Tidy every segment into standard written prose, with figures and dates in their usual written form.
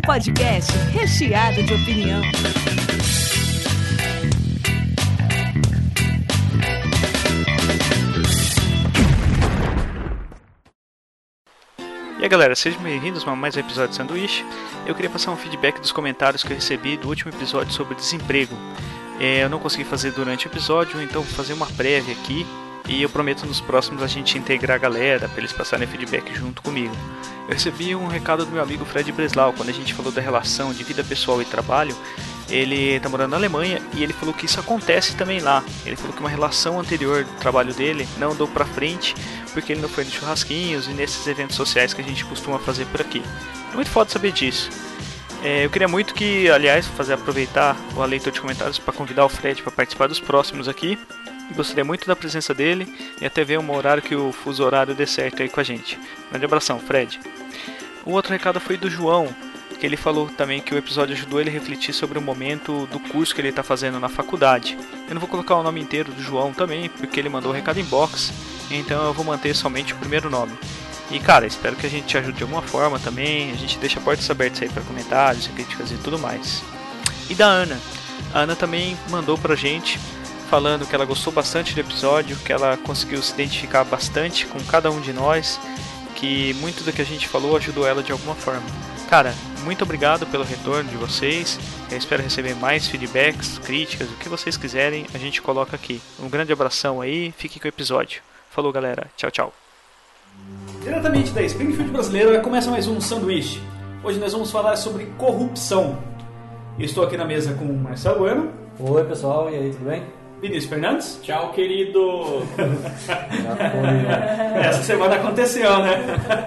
podcast recheado de opinião. E aí galera, sejam bem-vindos a mais um episódio de Sanduíche. Eu queria passar um feedback dos comentários que eu recebi do último episódio sobre desemprego. Eu não consegui fazer durante o episódio, então vou fazer uma prévia aqui. E eu prometo nos próximos a gente integrar a galera para eles passarem feedback junto comigo. Eu recebi um recado do meu amigo Fred Breslau, quando a gente falou da relação de vida pessoal e trabalho. Ele está morando na Alemanha e ele falou que isso acontece também lá. Ele falou que uma relação anterior do trabalho dele não andou para frente porque ele não foi nos churrasquinhos e nesses eventos sociais que a gente costuma fazer por aqui. É muito foda saber disso. Eu queria muito que, aliás, aproveitar a leitura de comentários para convidar o Fred para participar dos próximos aqui. Gostaria muito da presença dele e até ver um horário que o fuso horário dê certo aí com a gente. Grande abração, Fred. O outro recado foi do João, que ele falou também que o episódio ajudou ele a refletir sobre o momento do curso que ele está fazendo na faculdade. Eu não vou colocar o nome inteiro do João também, porque ele mandou o recado em box, então eu vou manter somente o primeiro nome. E cara, espero que a gente te ajude de alguma forma também, a gente deixa portas abertas aí para comentários, críticas e tudo mais. E da Ana. A Ana também mandou pra gente, falando que ela gostou bastante do episódio, que ela conseguiu se identificar bastante com cada um de nós, que muito do que a gente falou ajudou ela de alguma forma. Cara, muito obrigado pelo retorno de vocês, eu espero receber mais feedbacks, críticas, o que vocês quiserem, a gente coloca aqui. Um grande abração aí, fique com o episódio. Falou galera, tchau, tchau. Diretamente da Springfield brasileira, começa mais um Sanduíche. Hoje nós vamos falar sobre corrupção. Eu estou aqui na mesa com o Marcelo Bueno. Oi pessoal, e aí, tudo bem? Vinícius Fernandes. Tchau, querido. Já foi, né? Essa semana aconteceu, né?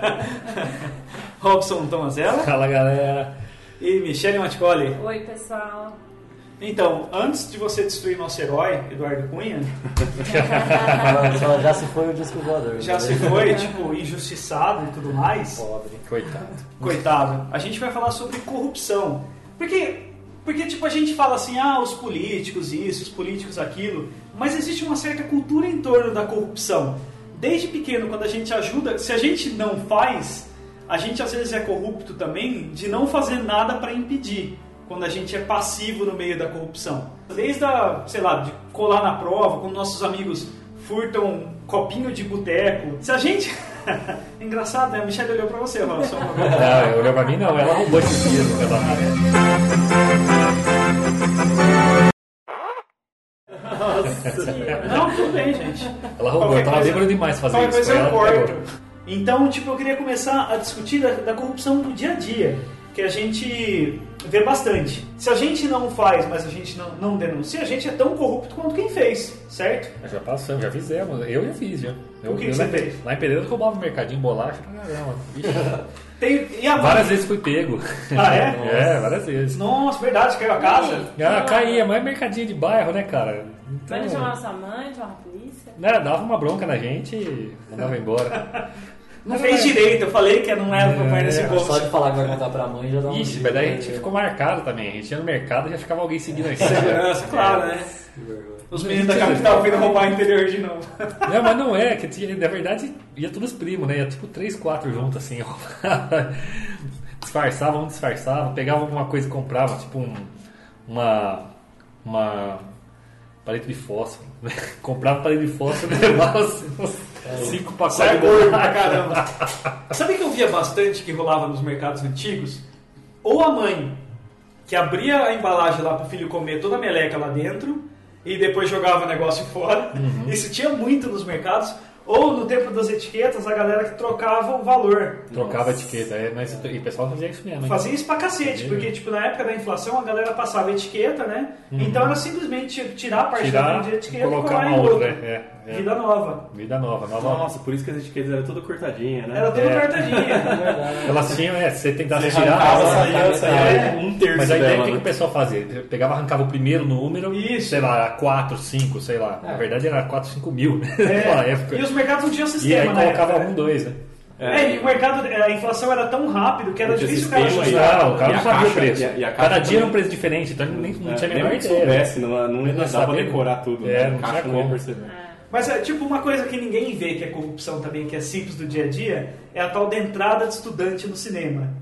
Robson Tomazella. Fala galera. E Michele Maticoli. Oi, pessoal. Então, antes de você destruir nosso herói, Eduardo Cunha, Já se foi o disco voador. já se foi, tipo, injustiçado e tudo mais. Pobre. Coitado. A gente vai falar sobre corrupção. Porque tipo, a gente fala assim, os políticos isso, os políticos aquilo, mas existe uma certa cultura em torno da corrupção. Desde pequeno, quando a gente ajuda, se a gente não faz, a gente às vezes é corrupto também de não fazer nada para impedir, quando a gente é passivo no meio da corrupção. Desde de colar na prova, quando nossos amigos furtam um copinho de boteco. Se a gente... Engraçado, né? A Michelle olhou pra você, Robson. Não, olhou pra mim não, ela roubou esse dia. Não, tudo bem, gente. Ela roubou, eu tava bêbado demais fazer qualquer isso. Coisa eu corto. Então, eu queria começar a discutir da corrupção do dia a dia, que a gente vê bastante. Se a gente não faz, mas a gente não denuncia, a gente é tão corrupto quanto quem fez, certo? Já passamos, já fizemos. Eu já fiz, já. O que você fez? Lá em Pereira eu roubava o mercadinho bolacha pra caramba. Várias vezes fui pego. Ah, é? É, várias vezes. Nossa, verdade, caiu a casa? Caía, mas é mercadinho de bairro, né, cara? Então, Pode chamar sua mãe, chamar a polícia? Dava uma bronca na gente e mandava embora. Não fez direito, eu falei que não era pra pôr nesse bolso. Só de falar que vai contar pra mãe já dá um... Ixi, mas daí a gente ficou marcado também. A gente ia no mercado e já ficava alguém seguindo a gente. Segurança, claro, né? Os meninos da capital vindo roubar o interior de novo. Não, mas não é, que tinha, na verdade ia todos os primos, né? Ia tipo 3, 4 juntos assim. Um disfarçava, pegava alguma coisa e comprava, tipo uma paleta de fósforo. Comprava paleta de fósforo e levava uns 5 pacotes. Sai gordo pra caramba. Sabe que eu via bastante que rolava nos mercados antigos? Ou a mãe que abria a embalagem lá pro filho comer toda a meleca lá dentro e depois jogava o negócio fora. Uhum. Isso tinha muito nos mercados. Ou no tempo das etiquetas, a galera que trocava o valor. Trocava a etiqueta, e o pessoal fazia isso mesmo. Fazia isso pra cacete, porque na época da inflação a galera passava a etiqueta, né? Uhum. Então era simplesmente tirar a parte da etiqueta e colocar uma outra. Vida nova. Vida nova. Nossa, por isso que as etiquetas eram tudo cortadinha, né? Era tudo cortadinha. Elas tinham, se você tentasse você tirar, saía um terço. Mas aí dela, o que o pessoal fazia? Pegava, arrancava o primeiro número, isso. Sei lá, 4, 5, sei lá. Na verdade era 4, 5 mil, né? Naquela época. E os mercados não tinham sistema, e aí colocava época, 1, 2, né? E o mercado, a inflação era tão rápido que era difícil o cara ajustar. O cara não sabia o preço. Cada dia era um também... preço diferente, então ele não tinha a menor ideia. Se soubesse, não dava pra decorar tudo. Não tinha como perceber. Mas uma coisa que ninguém vê que é corrupção também, que é simples do dia a dia, é a tal da entrada de estudante no cinema.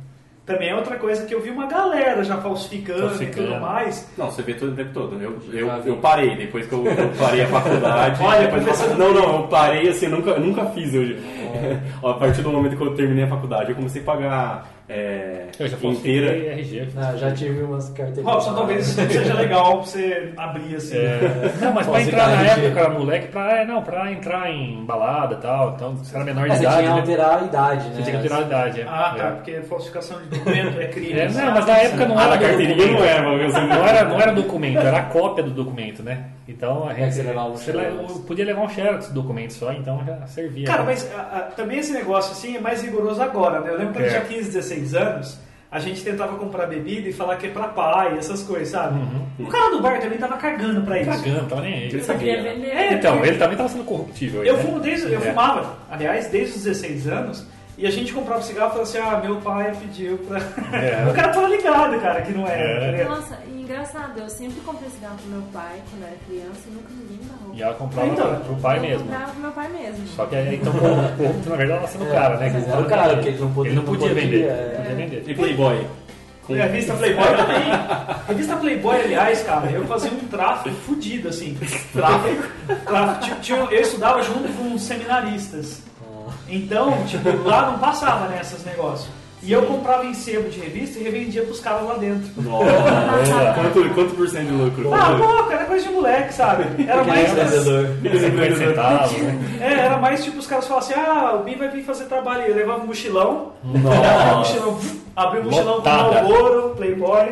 também é outra coisa que eu vi uma galera já falsificando. E tudo mais. Não, você vê todo o tempo todo. Eu parei, depois que eu parei a faculdade. Olha, depois eu parei assim, eu nunca fiz. A partir do momento que eu terminei a faculdade, eu comecei a pagar eu já inteira. RG. Já tive umas carteirinhas. Robson, talvez isso seja legal pra você abrir assim. Não, mas pra entrar na época, cara, moleque, pra entrar em balada e tal, então você era menor de idade. Você tinha que né? alterar a idade, né? Você tinha que alterar a idade. Tá, porque falsificação de documento é crime. Não, mas na época não era carteirinha não era documento, era a cópia do documento, né? Então a gente podia levar um xerox do documento só, então já servia. Cara, mas também esse negócio assim é mais rigoroso agora, né? Eu lembro quando eu tinha 15, 16 anos, a gente tentava comprar bebida e falar que é pra pai, essas coisas, sabe? O cara do bar também tava cagando pra isso. Cagando, tava nem aí. Ele sabia vender. Então, ele também tava sendo corruptível. Eu fumava, aliás, desde os 16 anos, e a gente comprava cigarro e falava assim, meu pai pediu pra... O cara tava ligado, cara, que não era. Nossa, e engraçado, eu sempre comprei cigarro pro meu pai quando era criança e nunca ninguém barrou. E ela comprava pro pai mesmo. Eu comprava pro meu pai mesmo. Só que aí, então, corrupto, na verdade, ela sendo o cara, né? Era o cara, porque ele não podia vender. Não podia vender. E Playboy? Revista Playboy também. Revista Playboy, aliás, cara, eu fazia um tráfico fudido, assim. Tráfico. Eu estudava junto com seminaristas. Então, tipo, lá não passava nessas negócios. E eu comprava em sebo de revista e revendia pros caras lá dentro. Nossa, quanto por cento de lucro? Pouco, era coisa de moleque, sabe? Era mais... 50 centavos, né? Era mais tipo os caras falavam assim, o Bi vai vir fazer trabalho. Eu levava um mochilão, abri o mochilão com Marlboro, Playboy.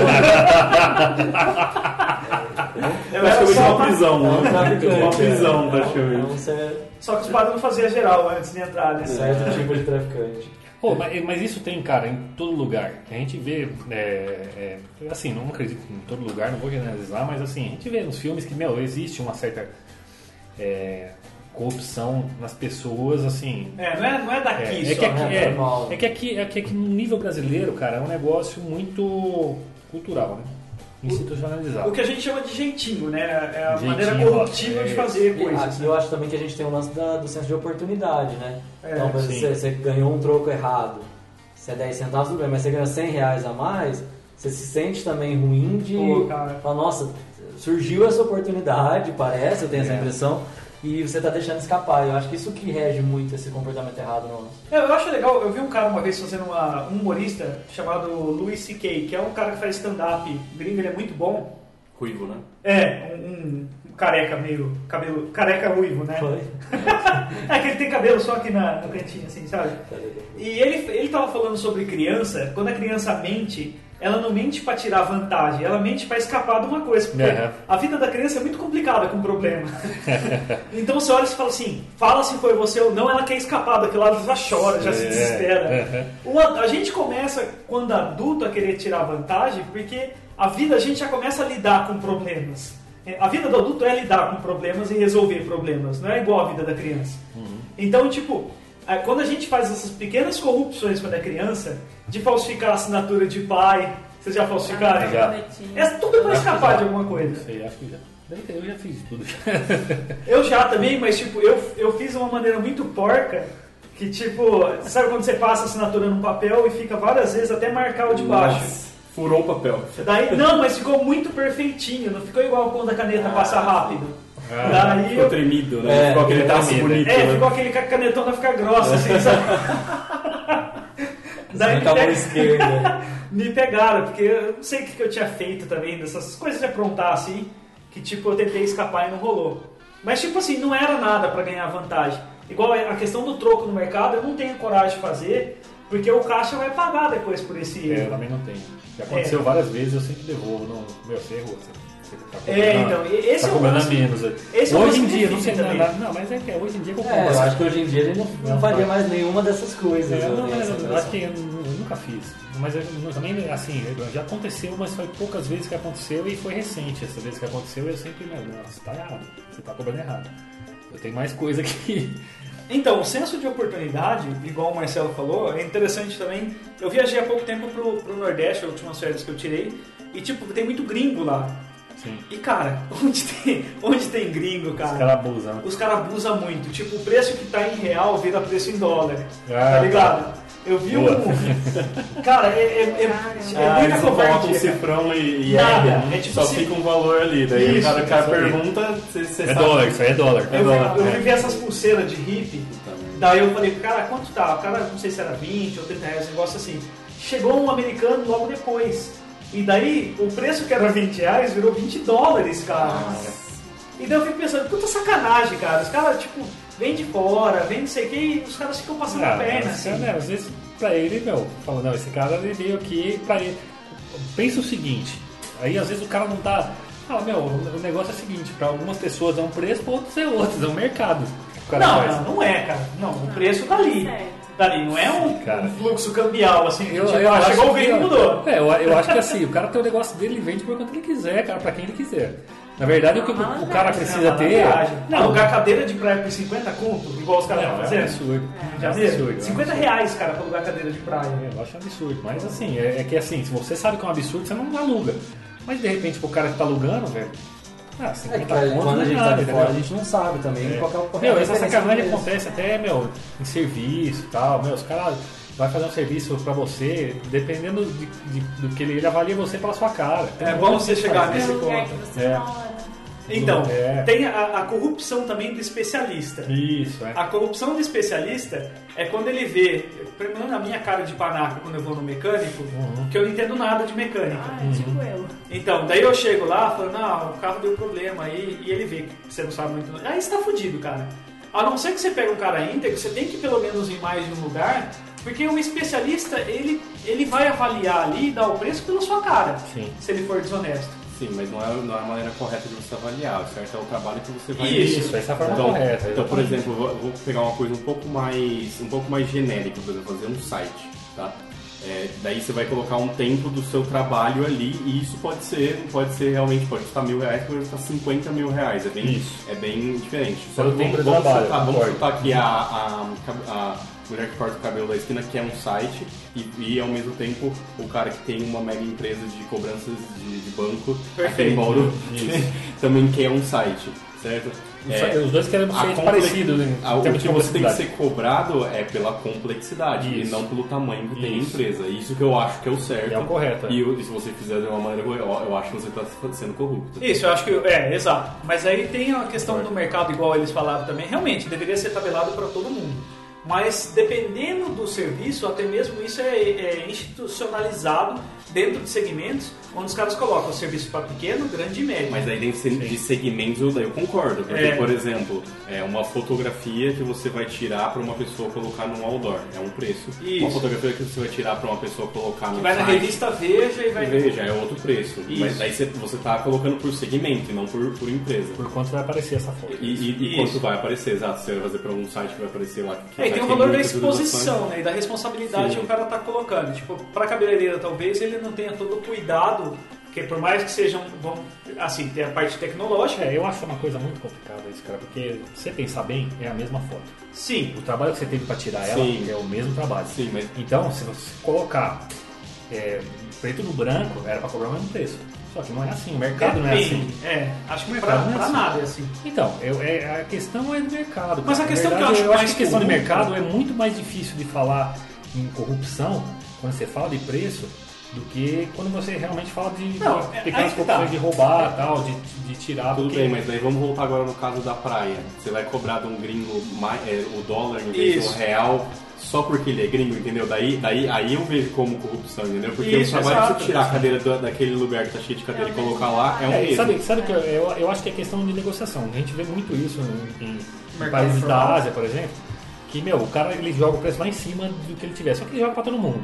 Eu acho que eu vou uma prisão, uma prisão, praticamente. Só que os padres não faziam geral antes de entrar, né? Certo tipo de traficante. Mas isso tem, cara, em todo lugar. A gente vê, assim, não acredito em todo lugar, não vou generalizar, mas assim, a gente vê nos filmes que, existe uma certa corrupção nas pessoas, assim... Não é daqui só. É que aqui no nível brasileiro, cara, é um negócio muito cultural, né? Institucionalizado. O que a gente chama de jeitinho, né? É a maneira corruptível de fazer coisas. Eu acho também que a gente tem um lance do senso de oportunidade, né? Então, você ganhou um troco errado, se é 10 centavos, tudo bem, mas você ganha 100 reais a mais, você se sente também ruim de falar, nossa, surgiu essa oportunidade, parece, eu tenho essa impressão, e você está deixando escapar. Eu acho que isso que rege muito esse comportamento errado nosso. Eu acho legal, eu vi um cara uma vez fazendo um humorista chamado Louis C.K., que é um cara que faz stand-up gringo, ele é muito bom. Ruivo, né? Um careca, meio cabelo, careca ruivo, né? Foi. Que ele tem cabelo só aqui no cantinho, assim, sabe? E ele tava falando sobre criança, quando a criança mente, ela não mente para tirar vantagem, ela mente para escapar de uma coisa. Porque a vida da criança é muito complicada com problema. Então você olha e fala assim, fala se foi você ou não, ela quer escapar daquilo lá, ela já chora, já se desespera. A gente começa, quando adulto, a querer tirar vantagem, porque a vida a gente já começa a lidar com problemas. A vida do adulto é lidar com problemas e resolver problemas, não é igual a vida da criança. Então, tipo, quando a gente faz essas pequenas corrupções quando é criança, de falsificar a assinatura de pai, vocês já falsificaram? É tudo para escapar de alguma coisa. Não sei, acho que já. Eu já fiz tudo. Eu já também, mas tipo, eu fiz de uma maneira muito porca, que tipo, sabe quando você passa a assinatura num papel e fica várias vezes até marcar o de baixo? Nossa, furou o papel. Daí, não, mas ficou muito perfeitinho, não ficou igual quando a caneta passa rápido. Daí ficou tremido, né? Ficou aquele traço bonito. Ficou aquele canetão vai ficar grossa, assim, sabe? Daí me pegaram, porque eu não sei o que eu tinha feito também, dessas coisas de aprontar assim, que tipo, eu tentei escapar e não rolou. Mas tipo assim, não era nada pra ganhar vantagem. Igual a questão do troco no mercado, eu não tenho coragem de fazer, porque o caixa vai pagar depois por esse erro. Eu também não tenho. Já aconteceu várias vezes, eu sempre devolvo. Você errou, então, esse tá cobrando menos. Hoje em dia, não sei nada. Não, mas hoje em dia eu acho que hoje em dia ele não faria mais nenhuma dessas coisas. Eu acho que eu nunca fiz. Mas também, assim, já aconteceu, mas foi poucas vezes que aconteceu e foi recente. Essa vez que aconteceu, eu sempre, você tá errado, você tá cobrando errado. Eu tenho mais coisa que... Então, o senso de oportunidade, igual o Marcelo falou, é interessante também. Eu viajei há pouco tempo pro Nordeste, as últimas férias que eu tirei, e tipo, tem muito gringo lá. Sim. E cara, onde tem gringo, cara? Os caras abusam. Os caras abusam muito. Tipo, o preço que tá em real vira preço em dólar. Tá ligado? Eu vi um... Cara, é muita você coloca um covardia. cifrão e Nada. ergue, É tipo só assim- fica um valor ali. Daí Isso, o cara isso aí. pergunta, você É sabe. dólar, isso aí é dólar. Eu vi essas pulseiras de hippie, daí eu falei, cara, quanto tá? O cara, não sei se era 20 ou 30 reais, um negócio assim. Chegou um americano logo depois. E daí, o preço que era 20 reais virou 20 dólares, cara. E daí eu fico pensando, puta sacanagem, cara. Os caras, tipo, vêm de fora, vêm não sei o que, e os caras ficam passando a perna, assim. Às vezes pra ele, fala, não, esse cara ele veio aqui pra ele. Pensa o seguinte, aí às vezes o cara não tá. Fala, o negócio é o seguinte, pra algumas pessoas é um preço, pra outros é outro, é um mercado. O cara faz. Não é, cara. Não, o preço tá ali. Dali, não é um fluxo cambial, assim, que chegou o gringo e mudou. Eu acho que assim, o cara tem o negócio dele, ele vende por quanto ele quiser, cara, pra quem ele quiser. Na verdade, o que o cara precisa ter... Alugar cadeira de praia por 50 conto, igual os caras estão fazendo. É absurdo. Já viram? 50 reais, cara, pra alugar cadeira de praia. Eu acho absurdo, mas assim, é que assim, se você sabe que é um absurdo, você não aluga. Mas de repente, pro cara que tá alugando, velho... 50 conto, quando a gente nada, tá de fora, a entendeu? gente não sabe também qual que é o Essa sacanagem acontece até, em serviço e tal, os caras vai fazer um serviço pra você, dependendo do que ele avalia você pela sua cara. É bom você chegar nesse Pelo lugar ponto. que você mora. Então, tem a corrupção também do especialista. Isso, A corrupção do especialista é quando ele vê, pelo menos na minha cara de panaca, quando eu vou no mecânico, que eu não entendo nada de mecânica. Tipo eu. Então, daí eu chego lá, falo, não, o carro deu problema aí, e ele vê que você não sabe muito. Aí você tá fudido, cara. A não ser que você pegue um cara íntegro, você tem que pelo menos ir mais de um lugar, porque o especialista, ele vai avaliar ali e dar o preço pela sua cara, se ele for desonesto. Sim, mas não é a maneira correta de você avaliar, certo? É o trabalho que você vai... Isso, essa é a forma correta. Então, por exemplo, eu vou pegar uma coisa um pouco mais genérica, por exemplo, fazer um site, tá? Daí você vai colocar um tempo do seu trabalho ali e isso pode ser realmente, pode custar R$1.000, pode custar R$50.000, é bem diferente. Só que vamos chutar aqui a mulher que corta o cabelo da esquina, que é um site, e ao mesmo tempo o cara que tem uma mega empresa de cobranças de banco aqui em Bauru, também quer um site, certo? Os dois querem um jeito parecido. O que você tem que ser cobrado é pela complexidade e não pelo tamanho que tem a empresa. Isso que eu acho que é o certo. É o correto. E se você fizer de uma maneira, eu acho que você está sendo corrupto. Isso, eu acho que... exato. Mas aí tem a questão do mercado, igual eles falaram também. Realmente, deveria ser tabelado para todo mundo. Mas dependendo do serviço, até mesmo isso é institucionalizado dentro de segmentos onde os caras colocam o serviço para pequeno, grande e médio. Mas aí dentro de segmentos eu concordo. Porque, por exemplo, uma fotografia que você vai tirar para uma pessoa colocar num outdoor, é um preço. Isso. Uma fotografia que você vai tirar para uma pessoa colocar no vai site, na revista Veja e vai... Veja, é outro preço. Isso. Mas aí você está colocando por segmento e não por empresa. Por quanto vai aparecer essa foto. E quanto vai aparecer, exato. Você vai fazer para algum site que vai aparecer lá. E tem o valor da exposição, né? E da responsabilidade que o cara está colocando. Tipo, para cabeleireira talvez ele não tenha todo o cuidado, porque por mais que sejam, assim, tem a parte tecnológica. Eu acho uma coisa muito complicada isso, cara, porque se você pensar bem, é a mesma foto. Sim. O trabalho que você teve para tirar ela é o mesmo trabalho. Sim, mas... Então, se você colocar preto no branco, era para cobrar o mesmo preço. Só que não é assim, o mercado não é assim. Acho que o mercado não é assim. Nada é assim. Então, a questão é do mercado. Cara. Mas a questão verdade, que eu acho que a questão de mercado é muito mais difícil de falar em corrupção, quando você fala de preço, do que quando você realmente fala de pequenas corrupções de roubar, tal, de tirar. Tudo bem, mas daí vamos voltar agora no caso da praia. Você vai cobrar de um gringo o dólar em vez do real só porque ele é gringo, entendeu? Aí eu vejo como corrupção, entendeu? Porque o trabalho de você tirar a cadeira daquele lugar que tá cheio de cadeira e colocar lá é um mesmo. Sabe que eu acho que é questão de negociação. A gente vê muito isso em países da Ásia, por exemplo, que, o cara ele joga o preço lá em cima do que ele tiver, só que ele joga pra todo mundo.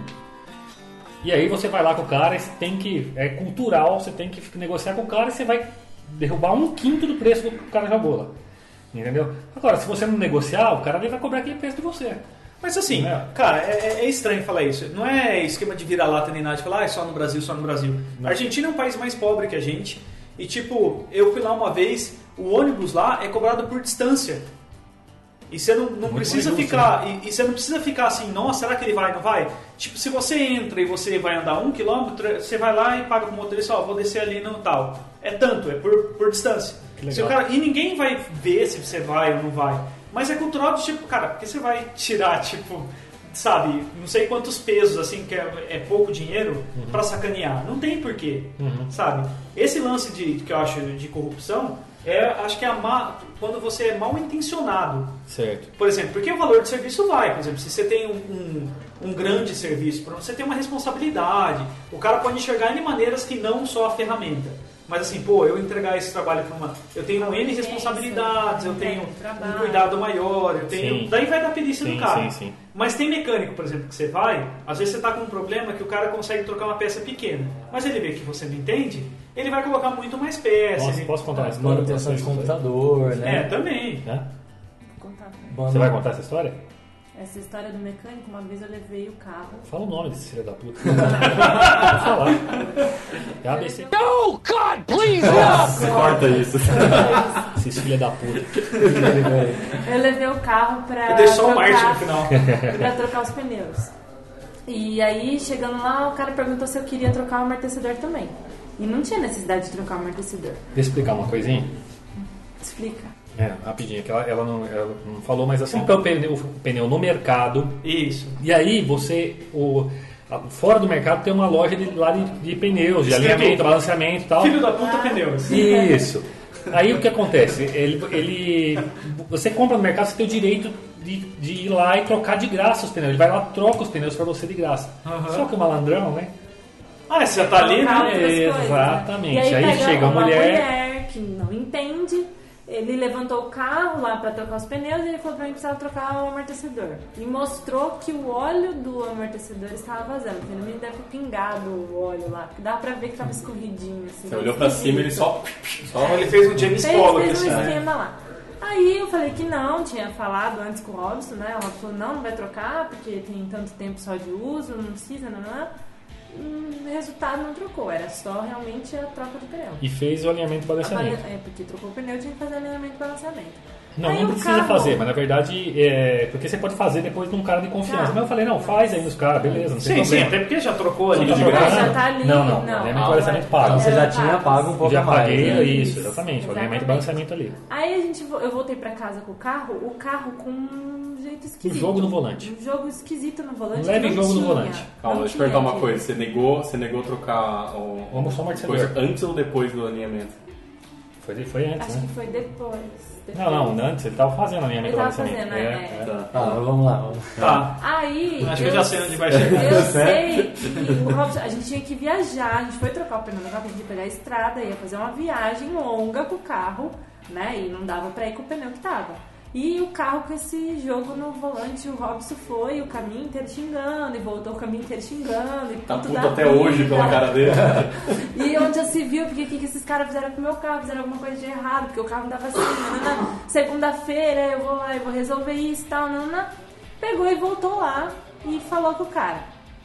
E aí você vai lá com o cara e você tem que... É cultural, você tem que negociar com o cara e você vai derrubar 1/5 do preço do que o cara jogou lá. Entendeu? Agora, se você não negociar, o cara vai cobrar aquele preço de você. Mas assim, cara, é estranho falar isso. Não é esquema de vira-lata nem nada, de falar, só no Brasil, só no Brasil. A Argentina é um país mais pobre que a gente. E tipo, eu fui lá uma vez, o ônibus lá é cobrado por distância. E você não precisa ficar. Né? E você não precisa ficar assim, nossa, será que ele vai, não vai? Tipo, se você entra e você vai andar 1 km, você vai lá e paga pro motorista, vou descer ali no tal. É tanto, é por distância. Se o cara, e ninguém vai ver se você vai ou não vai. Mas é cultural do tipo, cara, porque você vai tirar, tipo, sabe, não sei quantos pesos, assim, que é pouco dinheiro pra sacanear. Não tem porquê, sabe? Esse lance que eu acho de corrupção, acho que quando você é mal intencionado. Certo. Por exemplo, porque o valor do serviço vai. Por exemplo, se você tem um grande serviço, você tem uma responsabilidade. O cara pode enxergar de maneiras que não só a ferramenta. Mas assim, eu entregar esse trabalho para eu tenho N responsabilidades, eu tenho um cuidado maior, eu tenho... Daí vai da perícia do cara. Sim. Mas tem mecânico, por exemplo, que você vai, às vezes você está com um problema que o cara consegue trocar uma peça pequena, mas ele vê que você não entende, ele vai colocar muito mais peças. Posso contar uma história? Manutenção de computador, né? Também. Vou contar. Você vai contar essa história? Essa história do mecânico, uma vez eu levei o carro. Fala o nome desse filho da puta. Vou falar. É ABC. No, God, please, no! Corta isso. Esses filhos da puta. Eu levei o carro pra... Eu dei só o Marte no final. Pra trocar os pneus. E aí, chegando lá, o cara perguntou se eu queria trocar o amortecedor também. E não tinha necessidade de trocar o amortecedor. Deixa eu explicar uma coisinha. Explica. Rapidinho, que ela não falou, mas assim, o pneu no mercado. Isso. E aí fora do mercado tem uma loja de pneus, de alinhamento, balanceamento e tal. Filho da puta pneus. Isso. Aí o que acontece? Você compra no mercado, você tem o direito de ir lá e trocar de graça os pneus. Ele vai lá, troca os pneus pra você de graça. Só que o malandrão, né? Você já tá ali, né? Exatamente. E aí chega uma mulher que não entende. Ele levantou o carro lá para trocar os pneus e ele falou para mim que precisava trocar o amortecedor. E mostrou que o óleo do amortecedor estava vazando. Ele me deve ter pingado o óleo lá. Dava para ver que estava escorridinho. Assim, você olhou para cima e ele só... Ele fez um James Pollock. Fez um esquema lá. Aí eu falei que não, tinha falado antes com o Robson, né? O Robson falou, não vai trocar porque tem tanto tempo só de uso, não precisa, não. O resultado não trocou, era só realmente a troca do pneu. E fez o alinhamento e balanceamento. Porque trocou o pneu, tinha que fazer alinhamento e balanceamento. Não precisa fazer, mas na verdade porque você pode fazer depois de um cara de confiança. Mas eu falei, não, faz aí nos caras, beleza, não tem problema. Sim, até porque já trocou ali. Já tá ali. Não, alinhamento e balanceamento pago. Você já tinha pago um pouco já mais. Paguei, Né? isso, exatamente, o alinhamento e balanceamento ali. Aí eu voltei pra casa com o carro com um jeito esquisito. Um jogo no volante. Um jogo esquisito no volante. Um leve jogo no volante. Calma, deixa eu perguntar uma coisa. Você negou trocar o amortecedor antes ou depois do alinhamento? Foi antes, Acho né? que foi depois. Não, antes ele tava fazendo alinhamento e balanceamento. Vamos lá. Tá. Aí. Acho que eu já sei onde vai chegar. Eu sei que o Robson, a gente tinha que viajar, a gente foi trocar o pneu no carro, a gente ia pegar a estrada, ia fazer uma viagem longa com o carro, né? E não dava pra ir com o pneu que tava. E o carro com esse jogo no volante, o Robson foi o caminho inteiro xingando, e voltou o caminho inteiro xingando. E tá puto até hoje pela cara dele. E onde já se viu, porque o que esses caras fizeram com o meu carro, fizeram alguma coisa de errado, porque o carro não dava assim, segunda-feira eu vou lá e vou resolver isso e tal, pegou e voltou lá e falou com o cara.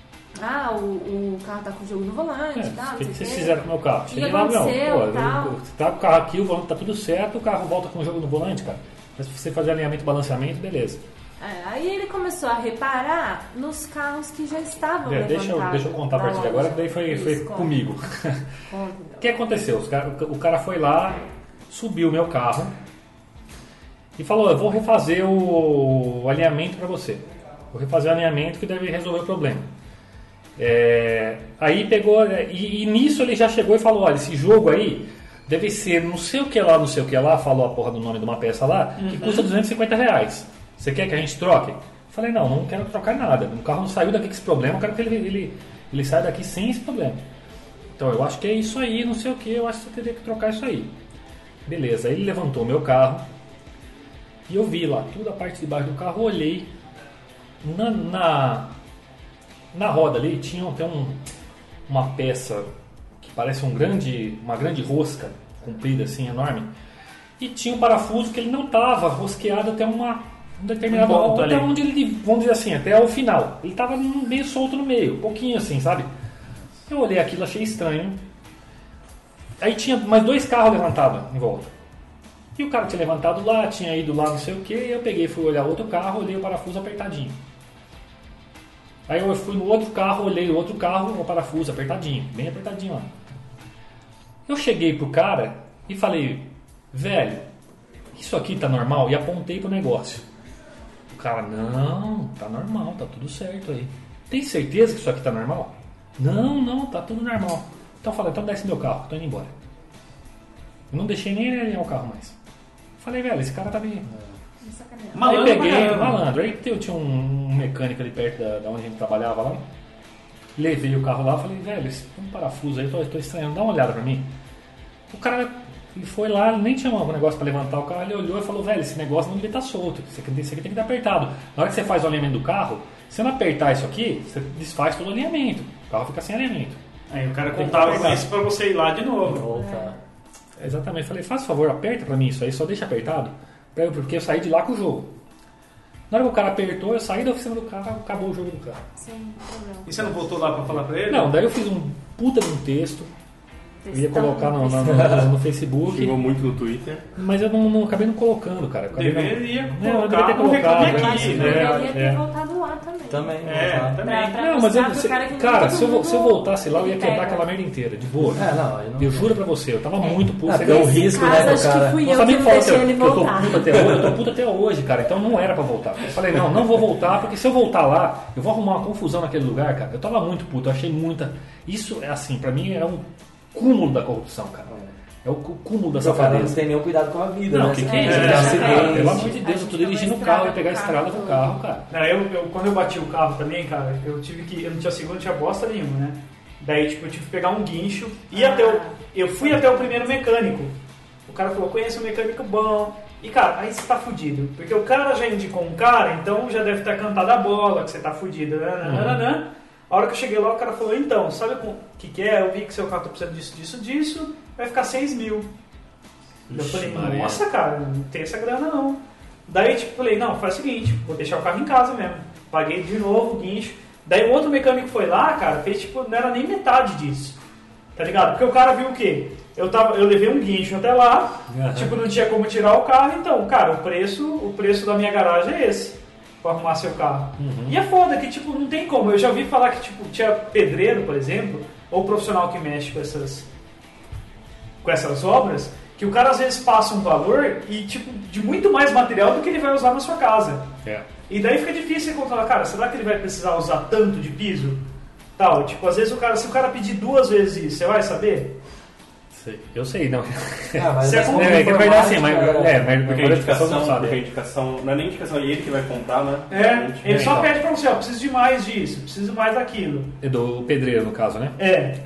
O carro tá com o jogo no volante e tal. O que vocês fizeram com o meu carro? O que aconteceu, tal? Você tá com o carro aqui, o volante tá tudo certo, o carro volta com o jogo no volante, cara. Mas se você fazer alinhamento e balanceamento, beleza. Aí ele começou a reparar nos carros que já estavam levantados. Deixa eu contar a partir de agora, que daí foi comigo. O que aconteceu? O cara foi lá, subiu o meu carro e falou, eu vou refazer o alinhamento para você. Vou refazer o alinhamento que deve resolver o problema. Aí pegou, e nisso ele já chegou e falou, olha, esse jogo aí deve ser não sei o que lá, falou a porra do nome de uma peça lá, que custa R$250. Você quer que a gente troque? Eu falei, não quero trocar nada. O carro não saiu daqui com esse problema, eu quero que ele saia daqui sem esse problema. Então eu acho que é isso aí, não sei o que, eu acho que você teria que trocar isso aí. Beleza, aí ele levantou o meu carro e eu vi lá toda a parte de baixo do carro, olhei na roda ali, tinha uma peça que parece uma grande rosca comprida assim, enorme, e tinha um parafuso que ele não estava rosqueado até um determinado ponto, até onde ele, vamos dizer assim, até o final. Ele estava meio solto no meio, um pouquinho assim, sabe? Eu olhei aquilo, achei estranho. Aí tinha mais 2 carros levantados em volta. E o cara tinha levantado lá, tinha ido lá não sei o que, e eu peguei, fui olhar outro carro, olhei o parafuso apertadinho. Aí eu fui no outro carro, olhei o outro carro, o parafuso apertadinho, bem apertadinho lá. Eu cheguei pro cara e falei, velho, isso aqui tá normal? E apontei pro negócio. cara, não, tá normal, tá tudo certo aí. Tem certeza que isso aqui tá normal? Não, tá tudo normal. Então fala, então desce meu carro, tô indo embora. Eu não deixei nem ele alinhar o carro mais. Falei, velho, esse cara tá me... Malandro, aí peguei, malandro. Aí eu tinha um mecânico ali perto da onde a gente trabalhava lá. Levei o carro lá, falei, velho, esse tem um parafuso aí, tô estranhando, dá uma olhada pra mim. O cara foi lá, nem tinha um negócio pra levantar o carro, ele olhou e falou, velho, esse negócio não devia estar solto, isso aqui tem que estar apertado. Na hora que você faz o alinhamento do carro, se você não apertar isso aqui, você desfaz todo o alinhamento. O carro fica sem alinhamento. Aí o cara contava com isso pra você ir lá de novo. Exatamente, falei, faz favor, aperta pra mim isso aí, só deixa apertado, porque eu saí de lá com o jogo. Na hora que o cara apertou, eu saí da oficina do carro, acabou o jogo do carro. Sim, e você não voltou lá pra falar pra ele? Não, daí eu fiz um puta de um texto. Eu ia colocar no Facebook. Chegou muito no Twitter. Mas eu não acabei não colocando, cara. Deveria colocar. Não reclamei aqui. Deveria ter voltado lá também. Também. Não, mas cara, se eu voltasse lá, eu ia quebrar aquela merda inteira, de boa. Eu juro pra você, eu tava muito puto. É o risco, né, do cara. Eu também deixei ele voltar. Eu tô puto até hoje, cara. Então não era pra voltar. Eu falei, não vou voltar, porque se eu voltar lá, eu vou arrumar uma confusão naquele lugar, cara. Eu tava muito puto, eu achei muita... Isso, assim, pra mim é um cúmulo da corrupção, cara. É o cúmulo da safadeza. O cara não tem nenhum cuidado com a vida, não, né? Que é isso? Pelo amor de Deus, eu tô dirigindo o carro e pegar a estrada com o carro, cara. Não, quando eu bati o carro também, cara, eu não tinha seguro, não tinha bosta nenhuma, né? Daí, tipo, eu tive que pegar um guincho e eu fui até o primeiro mecânico. O cara falou, conheço um mecânico bom. E, cara, aí você tá fudido. Porque o cara já indicou um cara, então já deve ter cantado a bola, que você tá fudido. A hora que eu cheguei lá, o cara falou, então, sabe o que é? Eu vi que seu carro tá precisando disso, vai ficar 6 mil. Eu falei, nossa, cara, não tem essa grana não. Daí, tipo, falei, não, faz o seguinte, vou deixar o carro em casa mesmo. Paguei de novo o guincho. Daí o outro mecânico foi lá, cara, fez, tipo, não era nem metade disso. Tá ligado? Porque o cara viu o quê? Eu levei um guincho até lá, tipo, não tinha como tirar o carro, então, cara, o preço da minha garagem é esse. Pra arrumar seu carro. E é foda que, tipo, não tem como. Eu já ouvi falar que, tipo, tinha pedreiro, por exemplo, ou profissional que mexe com essas obras, que o cara às vezes passa um valor e, tipo, de muito mais material do que ele vai usar na sua casa. E daí fica difícil você controlar, cara, será que ele vai precisar usar tanto de piso? Tal, tipo, às vezes se o cara pedir 2 vezes isso, você vai saber? Eu sei, não. Mas é que é verdade assim, mas porque a indicação não é nem indicação, é ele que vai comprar, né? Ele só pede pra você, preciso de mais disso, preciso mais daquilo. É do pedreiro, no caso, né?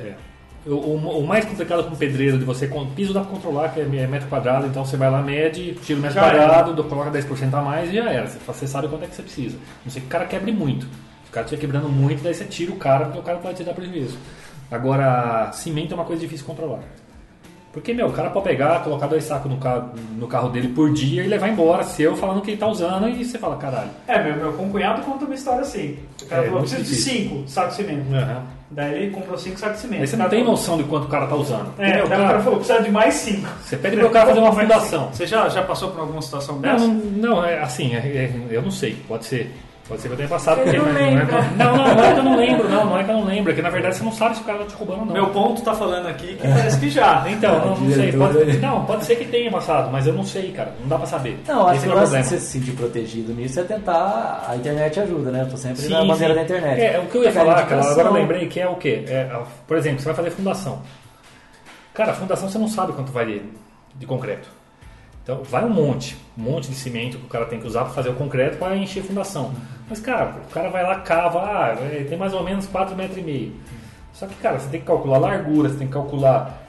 O mais complicado com o pedreiro de você, com piso dá pra controlar, que é metro quadrado, então você vai lá, mede, tira o metro quadrado, coloca 10% a mais e já era. Você sabe quanto é que você precisa. Não sei que o cara quebre muito. Se o cara estiver quebrando muito, daí você tira o cara, porque o cara pode te dar prejuízo. Agora, cimento é uma coisa difícil de controlar. Porque, o cara pode pegar, colocar 2 sacos no carro dele por dia e levar embora, falando que ele tá usando, e você fala, caralho. Meu concunhado conta uma história assim. O cara falou, preciso de 5 sacos de cimento. Daí ele comprou 5 sacos de cimento. Aí você não tem noção de quanto o cara tá usando. Daí o cara falou, precisa de mais 5. Você pede pro cara fazer uma fundação. Você já passou por alguma situação dessa? Não, assim, eu não sei, pode ser. Pode ser que eu tenha passado por ele. Não é que eu não lembro, não é que eu não lembro. É que na verdade você não sabe se o cara tá te roubando ou não. Meu ponto tá falando aqui que parece que já. Então, não sei. Pode ser que tenha passado, mas eu não sei, cara. Não dá pra saber. Não, acho que você se sentir protegido nisso é tentar. A internet ajuda, né? Eu tô sempre na bandeira da internet. O que eu ia falar, cara, agora eu lembrei que é o quê? Por exemplo, você vai fazer fundação. Cara, a fundação você não sabe quanto vai de concreto. Então, vai um monte de cimento que o cara tem que usar para fazer o concreto para encher a fundação. Mas, cara, o cara vai lá, cava, tem mais ou menos 4,5 metros. Só que, cara, você tem que calcular a largura, você tem que calcular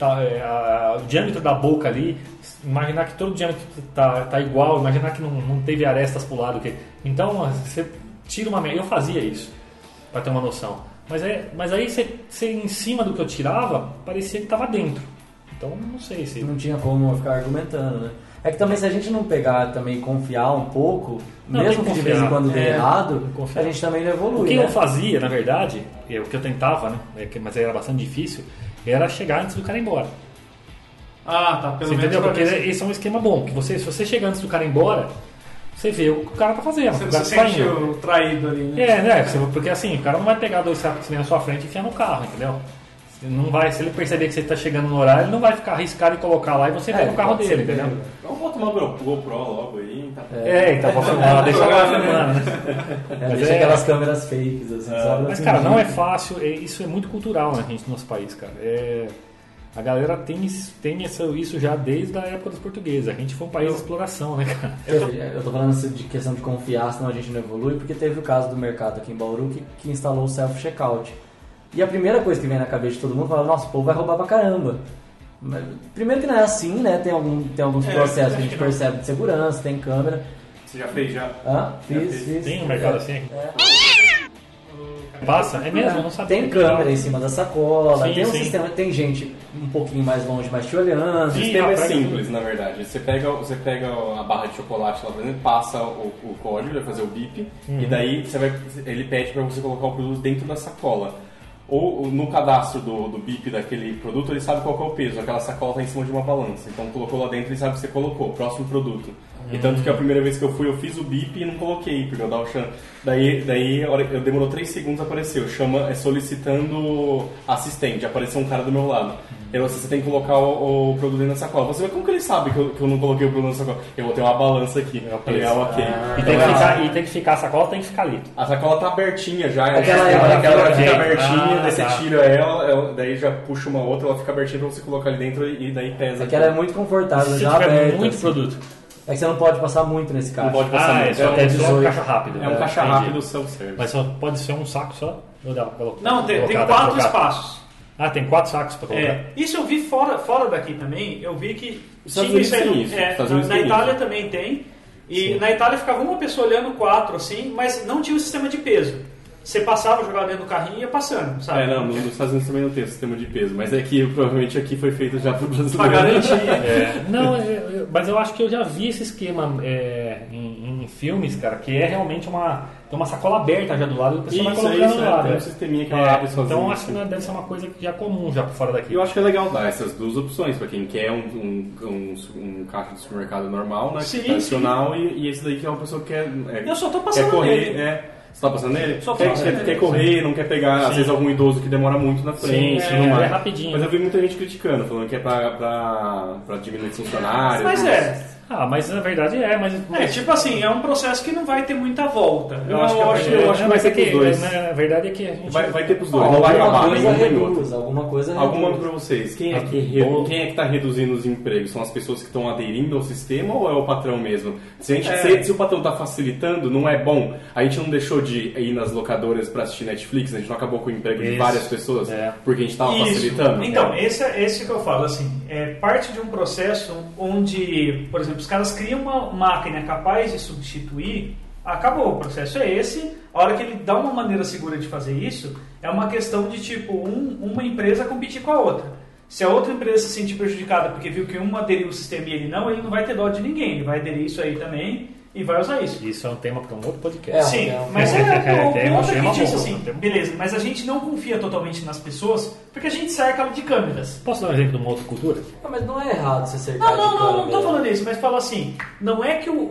o diâmetro da boca ali, imaginar que todo o diâmetro tá igual, imaginar que não teve arestas pro lado. Então, você tira uma... Eu fazia isso, para ter uma noção. Mas aí, você em cima do que eu tirava, parecia que estava dentro. Então, não sei se... Não tinha como ficar argumentando, né? É que também se a gente não pegar também e confiar um pouco, mesmo que de vez em quando dê errado, a gente também não evolui. O que eu fazia, na verdade, o que eu tentava, né? Mas era bastante difícil, era chegar antes do cara ir embora. Tá, pelo menos. Entendeu? Porque esse é um esquema bom, que se você chegar antes do cara ir embora, você vê o que o cara tá fazendo. Você se sente traído ali, né? Porque assim, o cara não vai pegar 2 sacos de cimento na sua frente e enfiar no carro, entendeu? Não vai, se ele perceber que você está chegando no horário, ele não vai ficar arriscado em colocar lá e você pega o carro dele, entendeu? Então bota uma GoPro logo aí. Tá... então pra filmar, deixa lá filmando, né? Deixa aquelas câmeras fakes, assim, sabe? Mas, cara, não é fácil, isso é muito cultural, né, gente, no nosso país, cara. A galera tem isso já desde a época dos portugueses. A gente foi um país de exploração, né, cara? Eu tô falando de questão de confiar, senão a gente não evolui, porque teve o caso do mercado aqui em Bauru que instalou o self-checkout. E a primeira coisa que vem na cabeça de todo mundo é falar, nossa, o povo vai roubar pra caramba. Mas, primeiro que não é assim, né? Tem alguns processos que a gente percebe de segurança, tem câmera. Você já fez já? Fiz. Tem um mercado assim? Passa? É mesmo? Eu não sabia. Tem câmera em cima da sacola, sim, tem um sim. sistema, tem gente um pouquinho mais longe, mas te olhando. O sistema é simples, na verdade. Você pega a barra de chocolate lá, por exemplo, passa o código, vai fazer o bip, e daí ele pede para você colocar o produto dentro da sacola. Ou no cadastro do bip daquele produto, ele sabe qual que é o peso. Aquela sacola está em cima de uma balança. Então colocou lá dentro, ele sabe que você colocou. Próximo produto. E tanto que a primeira vez que eu fui, eu fiz o bip e não coloquei, porque eu dava o chance. Daí eu demorou 3 segundos, apareceu. Solicitando assistente. Apareceu um cara do meu lado. E você tem que colocar o produto dentro da sacola. Você vê como que ele sabe que eu não coloquei o produto na sacola? Eu vou ter uma balança aqui. Ok. E tem que ficar, a sacola tem que ficar ali. A sacola tá abertinha já. Aquela já fica gente. abertinha, daí você tira ela, daí já puxa uma outra, ela fica abertinha pra você colocar ali dentro e daí pesa. Aquela é muito confortável, Se já tiver aberta. muito assim. produto. É que você não pode passar muito nesse caixa. Não pode passar muito. Só até um 18. caixa rápido. É um caixa Entendi. rápido self-service. Mas só pode ser um saco só? Ou dá pra colocar? Não, tem colocar, 4 colocar? espaços. Ah, tem 4 sacos pra colocar. Isso eu vi fora daqui também. Eu vi que Os Estados Unidos tem isso. na Itália também tem. E na Itália ficava uma pessoa olhando 4 assim, mas não tinha o sistema de peso. Você passava, jogava dentro do carrinho e ia passando, sabe? Não, nos Estados Unidos também não tem sistema de peso, mas é que provavelmente aqui foi feito já pro brasileiro. Pra garantir. Não, mas eu acho que eu já vi esse esquema em filmes, cara, que é realmente tem uma sacola aberta já do lado e a pessoa vai colocando do lado. Tem um sisteminha que ela abre sozinha. Então acho que deve ser uma coisa que já é comum já por fora daqui. Eu acho que é legal dar essas duas opções, pra quem quer um caixa de supermercado normal, né? Sim, tradicional, e esse daí que é uma pessoa que quer, Eu só tô passando quer correr, nele. Você tá passando nele? Só passando nele, Quer correr, não quer pegar, às vezes, algum idoso que demora muito na frente. Sim, tudo mais. é rapidinho. Mas eu vi muita gente criticando, falando que é pra diminuir funcionários. Mas mas na verdade mas tipo assim, é um processo que não vai ter muita volta. Eu acho que mas vai ter pros dois. Na verdade é que a gente Vai ter pros dois, não vai Alguma acabar coisa nenhum nem outro. reduz, alguma coisa Alguma reduz. pra vocês, quem é que tá reduzindo os empregos? São as pessoas que estão aderindo ao sistema ou é o patrão mesmo? Se o patrão tá facilitando, não é bom. A gente não deixou de ir nas locadoras pra assistir Netflix, a gente não acabou com o emprego de várias pessoas porque a gente tava facilitando. Então, esse que eu falo, assim, é parte de um processo onde, por exemplo, os caras criam uma máquina capaz de substituir, acabou, o processo é esse. A hora que ele dá uma maneira segura de fazer isso, é uma questão de tipo, uma empresa competir com a outra. Se a outra empresa se sentir prejudicada porque viu que uma aderiu o sistema e ele não vai ter dó de ninguém, ele vai aderir isso aí também e vai usar isso. Isso é um tema para um outro podcast. Sim, mas o ponto é que diz assim, boa. beleza, mas a gente não confia totalmente nas pessoas porque a gente cerca ela de câmeras. Posso dar um exemplo de uma outra cultura? Mas não é errado você cercar de câmera. Não tô falando isso, mas falo assim, não é que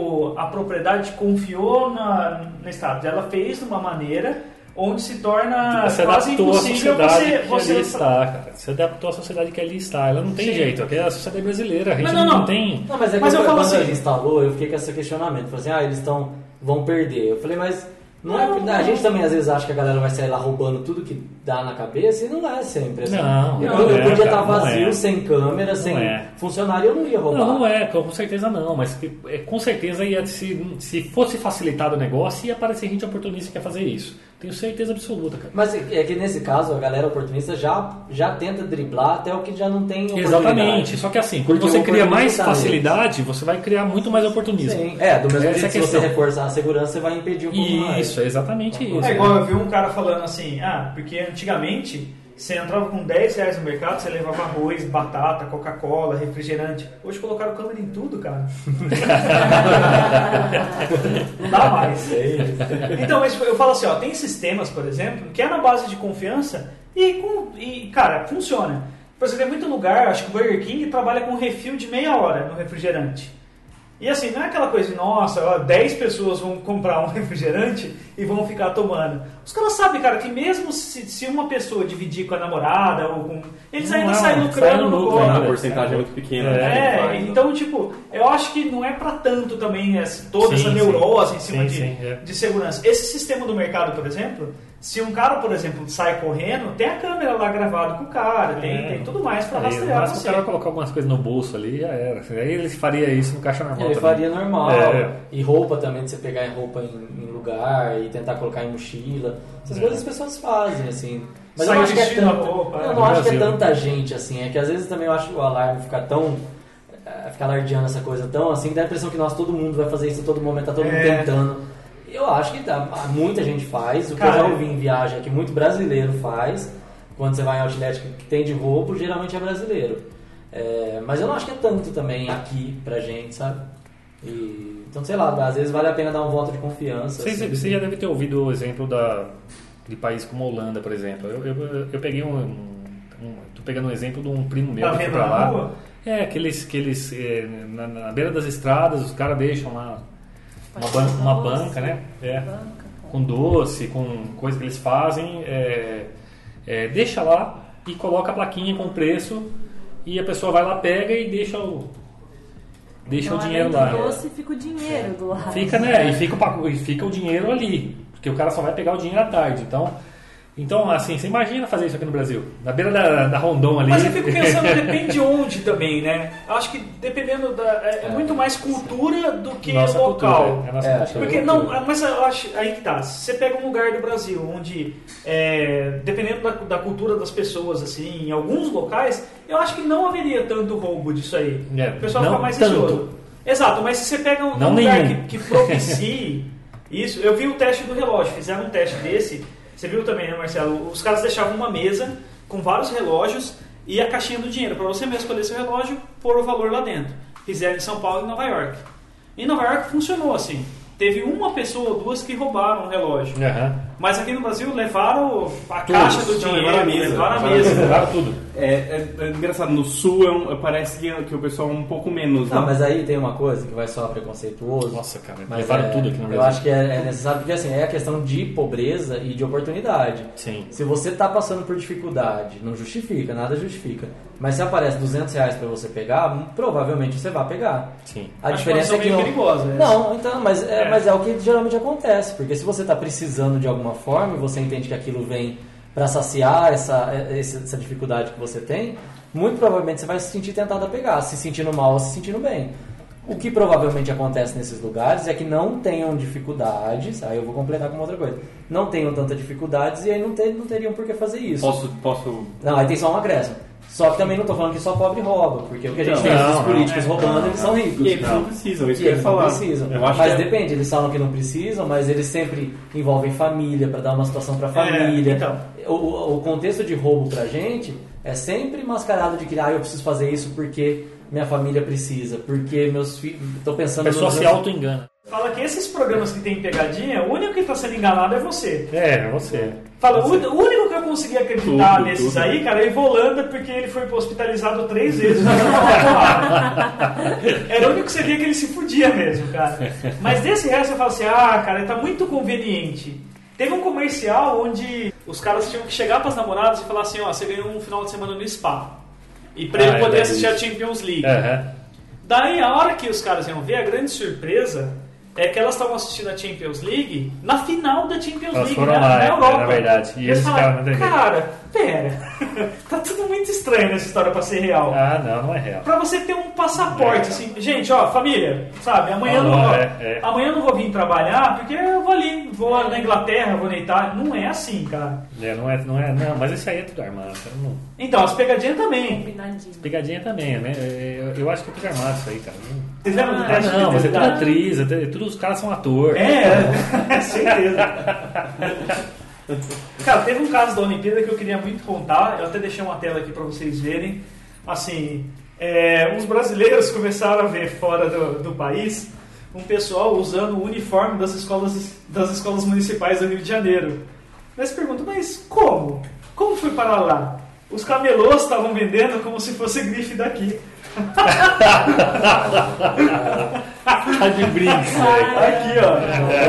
a propriedade confiou na Estado, ela fez de uma maneira onde se torna você quase adaptou impossível a sociedade que você ali está, cara. Você adaptou a sociedade que ali está. Ela não tem jeito, aqui é a sociedade brasileira. A gente não tem... Não, mas é que mas eu falo quando assim, ele instalou, eu fiquei com esse questionamento. Falei assim, eles vão perder. Eu falei, mas não é, a gente também às vezes acha que a galera vai sair lá roubando tudo que dá na cabeça e não é sempre assim. Eu podia estar vazio, sem câmera, sem funcionário, eu não ia roubar. Não é, com certeza não, mas com certeza ia, se fosse facilitado o negócio, ia aparecer gente oportunista que ia fazer isso. Tenho certeza absoluta, cara. Mas é que nesse caso a galera oportunista já tenta driblar até o que já não tem oportunidade. Exatamente, só que assim, quando você cria mais facilidade, você vai criar muito mais oportunismo. Sim, do mesmo jeito que se você reforçar a segurança, você vai impedir um pouco mais. Isso, é exatamente isso. É igual eu vi um cara falando assim, porque antigamente você entrava com R$10 no mercado, você levava arroz, batata, Coca-Cola, refrigerante. Hoje colocaram câmera em tudo, cara. Não dá mais. Então, mas eu falo assim, tem sistemas, por exemplo, que é na base de confiança e cara, funciona. Por exemplo, tem muito lugar, acho que o Burger King trabalha com refil de meia hora no refrigerante. E assim, não é aquela coisa de, nossa, 10 pessoas vão comprar um refrigerante e vão ficar tomando. Os caras sabem, cara, que mesmo se uma pessoa dividir com a namorada ou com... Eles ainda saem lucrando no copo. A porcentagem é muito pequena. Então, tipo, eu acho que não é pra tanto também toda essa neurose em cima de segurança. Esse sistema do mercado, por exemplo, se um cara, por exemplo, sai correndo, tem a câmera lá gravada com o cara, tem tudo mais pra rastrear você. Mas se o cara colocar algumas coisas no bolso ali, já era. Aí ele faria isso no caixa normal. Ele faria normal. E roupa também, de você pegar roupa em lugar e tentar colocar em mochila. Essas coisas as pessoas fazem, assim. Mas eu não acho que é eu não acho que é tanta gente, assim. É que às vezes também eu acho que o alarme fica alardeando essa coisa tão assim, dá a impressão que todo mundo vai fazer isso a todo momento, tá todo mundo tentando. Eu acho que muita gente faz. O que eu já ouvi em viagem é que muito brasileiro faz. Quando você vai em outlet que tem de roubo, geralmente é brasileiro. Mas eu não acho que é tanto também aqui pra gente, sabe? Então, sei lá, às vezes vale a pena dar um voto de confiança. Você já deve ter ouvido o exemplo de país como a Holanda, por exemplo. Eu peguei tô pegando um exemplo de um primo meu que foi pra lá. Rua? Que eles na beira das estradas, os caras deixam lá uma banca, né? Com doce, com coisa que eles fazem, deixa lá e coloca a plaquinha com o preço e a pessoa vai lá, pega e deixa o dinheiro lá. Doce fica o dinheiro do lado. Fica, né? E fica o dinheiro ali, porque o cara só vai pegar o dinheiro à tarde. Então, assim, você imagina fazer isso aqui no Brasil? Na beira da Rondon ali. Mas eu fico pensando, depende onde também, né? Acho que dependendo é muito mais cultura do que nossa local. Cultura, porque não, mas eu acho aí que tá. Se você pega um lugar do Brasil onde, dependendo da cultura das pessoas, assim, em alguns locais, eu acho que não haveria tanto roubo disso aí. O pessoal fica mais receoso. Exato, mas se você pega um lugar que propicie isso, eu vi o teste do relógio, fizeram um teste desse. Você viu também, né, Marcelo? Os caras deixavam uma mesa com vários relógios e a caixinha do dinheiro, para você mesmo escolher seu relógio, pôr o valor lá dentro. Fizeram em São Paulo e em Nova York. Em Nova York funcionou assim. Teve uma pessoa ou duas que roubaram o relógio. Mas aqui no Brasil levaram a caixa do dinheiro, levaram a mesa. Levaram tudo. É engraçado, no Sul parece que o pessoal é um pouco menos. Não, mas aí tem uma coisa que vai soar preconceituoso. Nossa, cara, mas levaram tudo aqui no Brasil. Eu acho que é necessário, porque assim, é a questão de pobreza e de oportunidade. Sim. Se você está passando por dificuldade, não justifica, nada justifica. Mas se aparece R$200 para você pegar, provavelmente você vai pegar. Sim. A diferença é que não... perigosa. Não, então, mas é o que geralmente acontece, porque se você está precisando de alguma forma e você entende que aquilo vem para saciar essa dificuldade que você tem, muito provavelmente você vai se sentir tentado a pegar, se sentindo mal ou se sentindo bem. O que provavelmente acontece nesses lugares é que não tenham dificuldades, aí eu vou completar com uma outra coisa, não tenham tanta dificuldades e aí não teriam por que fazer isso. Posso... Não, aí tem só um acréscimo. Só que também não estou falando que só pobre rouba, porque o que a gente tem dos políticos roubando, eles são ricos. E eles não precisam, isso que eu ia eles falar. Não precisam. Mas depende, eles falam que não precisam, mas eles sempre envolvem família, para dar uma situação para a família. Então. O contexto de roubo pra gente é sempre mascarado de que eu preciso fazer isso porque minha família precisa, porque meus filhos... Estou pensando... A pessoa se auto-engana. Fala que esses programas que tem pegadinha, o único que está sendo enganado é você. É você. Fala, o único que eu consegui acreditar nesses aí, cara, é Evolanda, porque ele foi hospitalizado 3 vezes. Era o único que você via que ele se fudia mesmo, cara. Mas desse resto você fala assim, cara, tá muito conveniente. Teve um comercial onde os caras tinham que chegar para as namoradas e falar assim, você ganhou um final de semana no spa. E para ele poder assistir a Champions League. Daí, a hora que os caras iam ver, a grande surpresa é que elas estavam assistindo a Champions League na final da Champions League, na Europa. Na verdade. E eles falaram, cara, pera, tá tudo muito estranho nessa história pra ser real. Não é real. Pra você ter um passaporte, assim, gente, família, sabe, amanhã amanhã eu não vou vir trabalhar porque eu vou ali, vou na Inglaterra, vou na Itália. Não é assim, cara. Não, mas esse aí é tudo armado. Então, as pegadinhas também. Pegadinha também, né? Eu acho que é tudo armado isso aí, cara. Vocês lembram do teste? Não, mas é tudo atriz, todos os caras são ator. Certeza. Cara, teve um caso da Olimpíada que eu queria muito contar. Eu até deixei uma tela aqui pra vocês verem. Assim, uns brasileiros começaram a ver fora do país um pessoal usando o uniforme das escolas municipais do Rio de Janeiro. Aí você pergunta, mas como? Como foi parar lá? Os camelôs estavam vendendo como se fosse grife daqui. Tá de brinks, velho. Aqui, ó.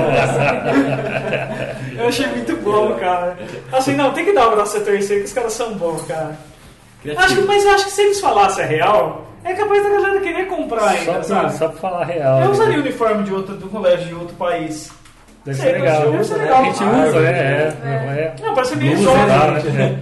Eu achei muito bom, cara. Assim, não, tem que dar o braço a torcer, que os caras são bons, cara. Mas eu acho que se eles falassem a real, é capaz da galera querer comprar ainda, sabe? Só pra falar a real. Eu usaria o uniforme do colégio de outro país. Deve ser legal. Deve ser legal. A gente usa, né? Não, parece meio Blusa, exótico. né?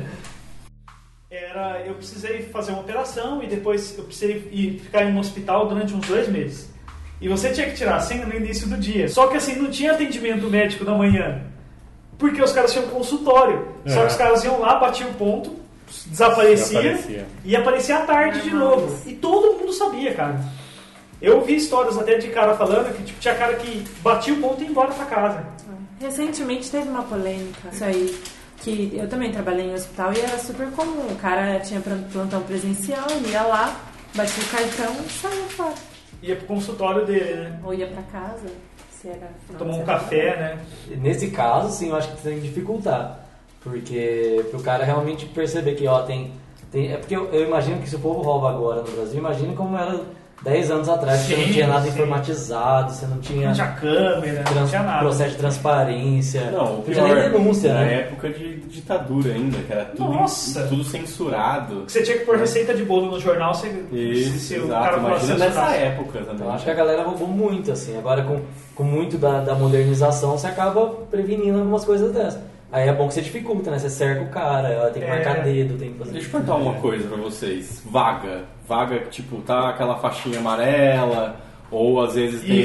Eu precisei fazer uma operação e depois eu precisei ficar em um hospital durante uns 2 meses. E você tinha que tirar a senha no início do dia. Só que assim, não tinha atendimento médico da manhã. Porque os caras tinham consultório. Só que os caras iam lá, batiam o ponto, desaparecia e aparecia à tarde de novo. E todo mundo sabia, cara. Eu vi histórias até de cara falando que tipo, tinha cara que batia o ponto e ia embora pra casa. Recentemente teve uma polêmica, isso aí, que eu também trabalhei em hospital e era super comum. O cara tinha plantão presencial, ele ia lá, batia o cartão e saía fora. Ia pro consultório dele, né? Ou ia pra casa, se era... Tomar um café, né? Nesse caso, sim, eu acho que tem que dificultar. Porque pro cara realmente perceber que, ó, tem... É porque eu imagino que se o povo rouba agora no Brasil, imagina como era 10 anos atrás, que você não tinha nada informatizado, você não tinha... Não tinha câmera, não tinha nada. Processo de transparência. Não, o pior, nem denúncia, na né? época de ditadura ainda, que era tudo censurado. Você tinha que pôr receita de bolo no jornal, se o cara falasse nessa época também. Então, acho que a galera roubou muito, assim. Agora, com muito da modernização, você acaba prevenindo algumas coisas dessas. Aí é bom que você dificulta, né? Você cerca o cara, ela tem que marcar dedo, tem que fazer... Deixa eu perguntar uma coisa pra vocês. Vaga, tipo, tá aquela faixinha amarela, ou às vezes tem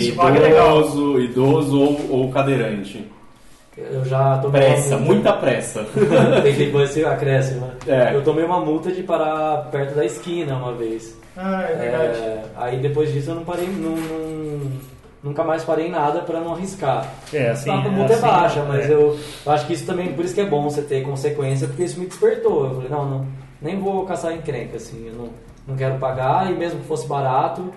idoso ou cadeirante. Eu já tomei pressa, muita pressa. Tem depois esse acréscimo, né? É. Eu tomei uma multa de parar perto da esquina uma vez. Ah, é verdade. Aí depois disso eu não parei, nunca mais parei em nada pra não arriscar. Assim, a multa é baixa, mas eu acho que isso também, por isso que é bom você ter consequência, porque isso me despertou. Eu falei, não nem vou caçar encrenca, assim, eu não quero pagar, e mesmo que fosse barato,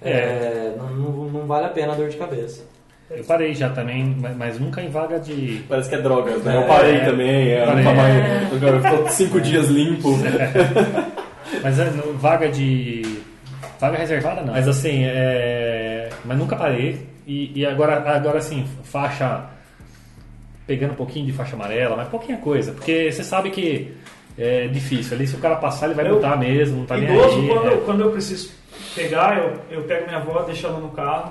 não vale a pena a dor de cabeça. Eu parei já também, mas nunca em vaga de... Parece que é drogas, né? Eu parei também, eu ficou 5 dias limpo. Mas vaga reservada não. Mas assim, mas nunca parei. E agora assim, faixa... Pegando um pouquinho de faixa amarela, mas pouquinha coisa. Porque você sabe que é difícil. Ali se o cara passar, ele vai botar mesmo, não tá nem aí. Quando eu preciso pegar, eu pego minha avó, deixo ela no carro.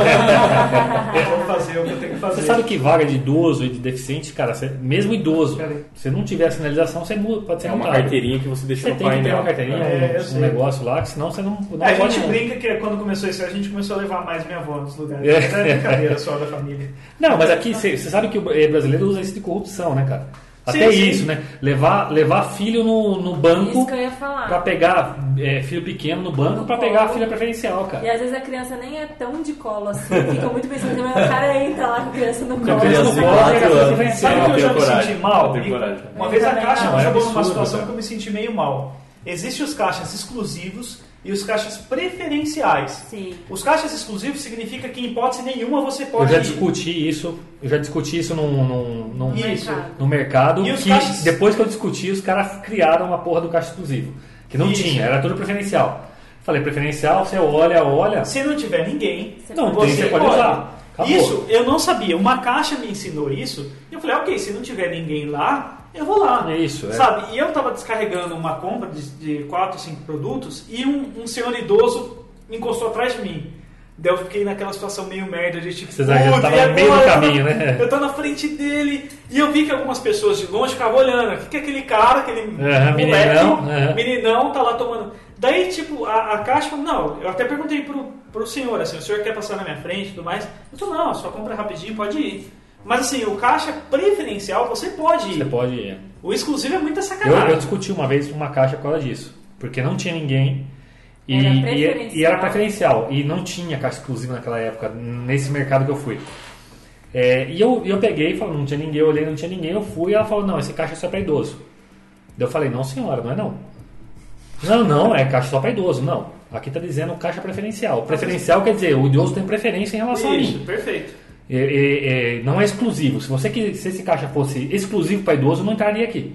Eu vou fazer o que eu tenho que fazer. Você sabe que vaga de idoso e de deficiente, cara, mesmo idoso, se não tiver sinalização, você pode ser uma carteirinha que você deixa no painel. Você tem que ter uma carteirinha, um negócio lá, que senão você não pode. A gente brinca que quando começou isso, a gente começou a levar mais minha avó nos lugares. É brincadeira só da família. Não, mas aqui você sabe que o brasileiro usa isso de corrupção, né, cara? Até sim. Isso, né? Levar filho no banco. Isso que eu ia falar. Pra pegar filho pequeno no banco pra pegar a filha preferencial, cara. E às vezes a criança nem é tão de colo assim. Fica muito pensando, mas o cara entra lá com a criança no colo. Sabe que eu já me senti mal? Uma vez a Caixa me jogou numa situação que eu me senti meio mal. Existem os caixas exclusivos e os caixas preferenciais. Sim. Os caixas exclusivos significa que em hipótese nenhuma você pode... Eu já discuti isso no mercado. E os que caixas... Depois que eu discuti, os caras criaram uma porra do caixa exclusivo. Que não tinha, era tudo preferencial. Falei, preferencial, você olha... Se não tiver ninguém, você pode usar. Acabou. Isso, eu não sabia. Uma caixa me ensinou isso. E eu falei, ok, se não tiver ninguém lá, eu vou lá. Isso, sabe? E eu tava descarregando uma compra de 4 ou 5 produtos e um senhor idoso encostou atrás de mim. Daí eu fiquei naquela situação meio merda de tipo... Você já tava no meio do caminho, né? Eu tô na frente dele e eu vi que algumas pessoas de longe ficavam olhando. O que é aquele cara, aquele meninão tá lá tomando... Daí, tipo, a caixa falou, não, eu até perguntei pro senhor, assim, o senhor quer passar na minha frente e tudo mais? Eu falei, não, só compra rapidinho, pode ir. Mas assim, o caixa preferencial você pode ir. Você pode ir. O exclusivo é muita sacanagem. Eu discuti uma vez uma caixa por causa disso. Porque não tinha ninguém e era preferencial. E não tinha caixa exclusiva naquela época, nesse mercado que eu fui. E eu peguei e falei, não tinha ninguém, eu olhei, não tinha ninguém, eu fui e ela falou, não, esse caixa é só para idoso. Daí eu falei, não senhora, não é não. Não, é caixa só para idoso, não. Aqui está dizendo caixa preferencial. Preferencial quer dizer, o idoso tem preferência em relação a mim. Isso, perfeito. Não é exclusivo. Se esse caixa fosse exclusivo para idoso, eu não entraria aqui.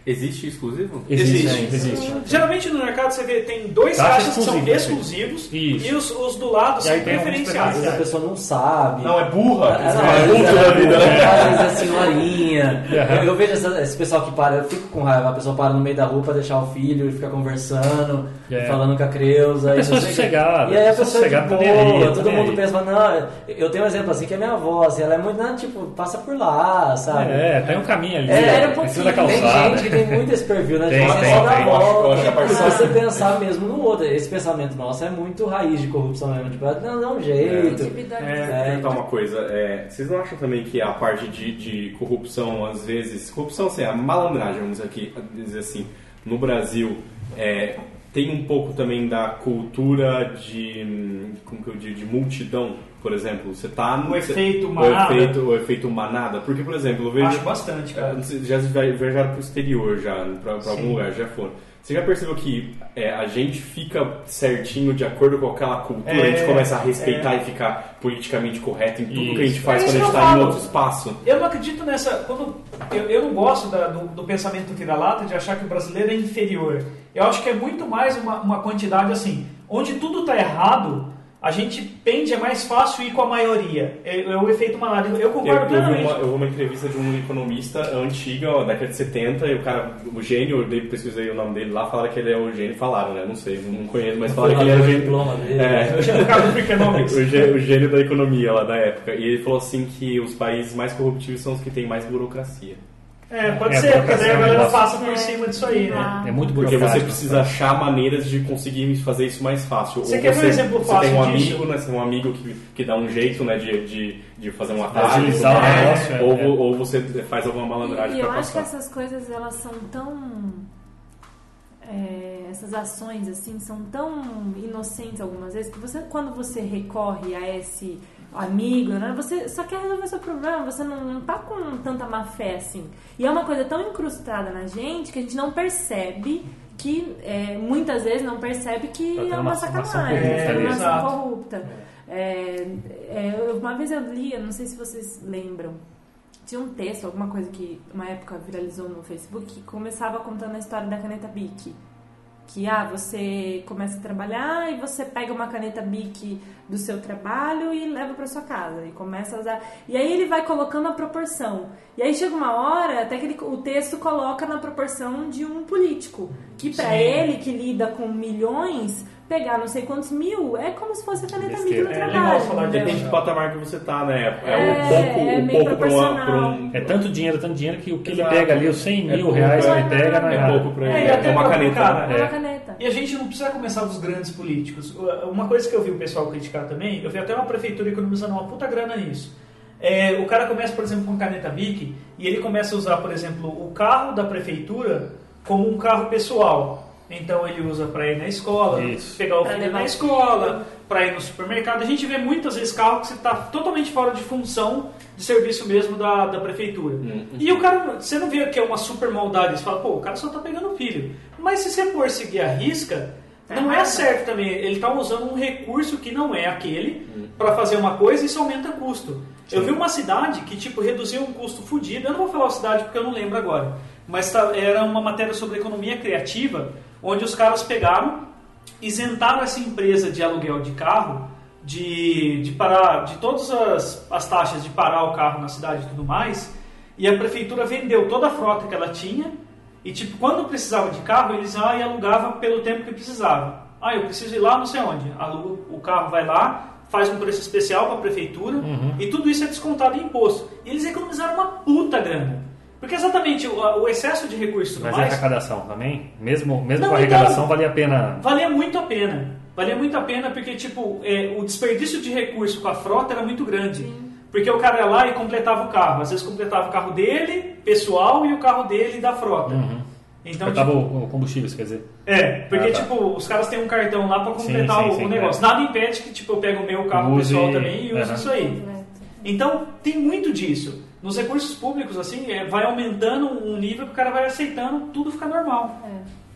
Existe exclusivo? Existe. Geralmente no mercado você vê, tem 2 caixas que são exclusivos e os do lado são preferenciais. Às vezes a pessoa não sabe. Não, é burra. É burra da vida, né? Às vezes é senhorinha. Eu vejo esse pessoal que para, eu fico com raiva. A pessoa para no meio da rua pra deixar o filho e fica conversando, falando com a creusa. Pessoa sossegada. E aí a pessoa de boa, todo mundo pensa, não, eu tenho um exemplo assim que é minha avó, assim, ela é muito, tipo, passa por lá, sabe? Tem um caminho ali. Precisa da calçada. Tem gente que tem muito esse perfil, né? Tem, só da volta. Só você pensar mesmo no outro. Esse pensamento nosso é muito raiz de corrupção mesmo. Tipo, não dá um jeito. Então, uma coisa, vocês não acham também que a parte de corrupção, às vezes, corrupção, assim, a malandragem, vamos dizer assim, no Brasil, tem um pouco também da cultura de multidão, por exemplo, você tá no... O efeito manada. O efeito manada. Porque, por exemplo, eu vejo... Acho bastante, cara. Vocês já viajaram pro exterior já, pra algum lugar, já foram. Você já percebeu que a gente fica certinho de acordo com aquela cultura, a gente começa a respeitar e ficar politicamente correto em tudo que a gente faz quando a gente tá em outro espaço? Eu não acredito nessa... Eu não gosto do pensamento vira-lata de achar que o brasileiro é inferior. Eu acho que é muito mais uma quantidade assim, onde tudo tá errado, a gente pende, é mais fácil ir com a maioria. É o efeito manada. Eu concordo plenamente. Eu vi uma entrevista de um economista antiga, década de 70, e o gênio, eu pesquisei o nome dele lá, falaram que ele é o gênio, falaram, né? Não sei, não conheço, mas falaram que ele era o gênio. O gênio da economia lá da época. E ele falou assim que os países mais corruptíveis são os que têm mais burocracia. Pode ser, porque daí a galera passa por cima disso aí, né? É muito porque burocrático. você precisa achar maneiras de conseguir fazer isso mais fácil. Você quer ver um exemplo fácil tem um disso? amigo, né? Você tem um amigo que dá um jeito, né, de fazer um atalho. Agilizar o negócio. Ou você faz alguma malandragem pra passar. Eu acho que essas coisas, elas são tão... essas ações, assim, são tão inocentes algumas vezes, que quando você recorre a esse... amigo, né? Você só quer resolver seu problema, você não tá com tanta má fé assim. E é uma coisa tão incrustada na gente que a gente não percebe que, muitas vezes não percebe que é uma sacanagem, uma ação corrupta. Uma vez eu li, eu não sei se vocês lembram, tinha um texto, alguma coisa que uma época viralizou no Facebook, que começava contando a história da caneta Bic. Que você começa a trabalhar e você pega uma caneta Bic do seu trabalho e leva para sua casa e começa a usar. E aí ele vai colocando a proporção. E aí chega uma hora até que o texto coloca na proporção de um político. Que para ele, que lida com milhões, pegar não sei quantos mil é como se fosse a caneta Bic no trabalho. Depende do patamar que você tá, né? É pouco para um... É tanto dinheiro que o que ele pega ali, os 100 mil reais que ele pega, não é nada. Pouco pra ele. É uma caneta. É uma caneta. E a gente não precisa começar dos grandes políticos. Uma coisa que eu vi o pessoal criticar também, eu vi até uma prefeitura economizando uma puta grana nisso. O cara começa, por exemplo, com caneta Bic e ele começa a usar, por exemplo, o carro da prefeitura como um carro pessoal. Então ele usa para ir na escola, pegar o filho na escola, para ir no supermercado. A gente vê muitas vezes carro que está totalmente fora de função de serviço mesmo da prefeitura. E o cara, você não vê que é uma super maldade, você fala, o cara só está pegando o filho. Mas se você for seguir a risca, não é certo também. Ele está usando um recurso que não é aquele para fazer uma coisa e isso aumenta o custo. Eu vi uma cidade que reduziu um custo fodido. Eu não vou falar a cidade porque eu não lembro agora. Mas era uma matéria sobre economia criativa, onde os caras pegaram, isentaram essa empresa de aluguel de carro de parar, de todas as taxas de parar o carro na cidade e tudo mais, e a prefeitura vendeu toda a frota que ela tinha, e quando precisava de carro, eles iam e alugavam pelo tempo que precisava. Eu preciso ir lá não sei onde, aluga, o carro vai lá, faz um preço especial para a prefeitura, e tudo isso é descontado em imposto. E eles economizaram uma puta grana. Porque exatamente o excesso de recursos... Mas a arrecadação também? Mesmo com a arrecadação, valia a pena? Valia muito a pena. Valia muito a pena porque o desperdício de recurso com a frota era muito grande. Sim. Porque o cara ia lá e completava o carro. Às vezes completava o carro dele, pessoal, e o carro dele da frota. Então, completava o combustível, quer dizer? Porque os caras têm um cartão lá para completar o negócio. Nada impede que eu pego o meu carro pessoal também e uso isso aí. Então, tem muito disso. Nos recursos públicos, assim, vai aumentando um nível que o cara vai aceitando, tudo fica normal.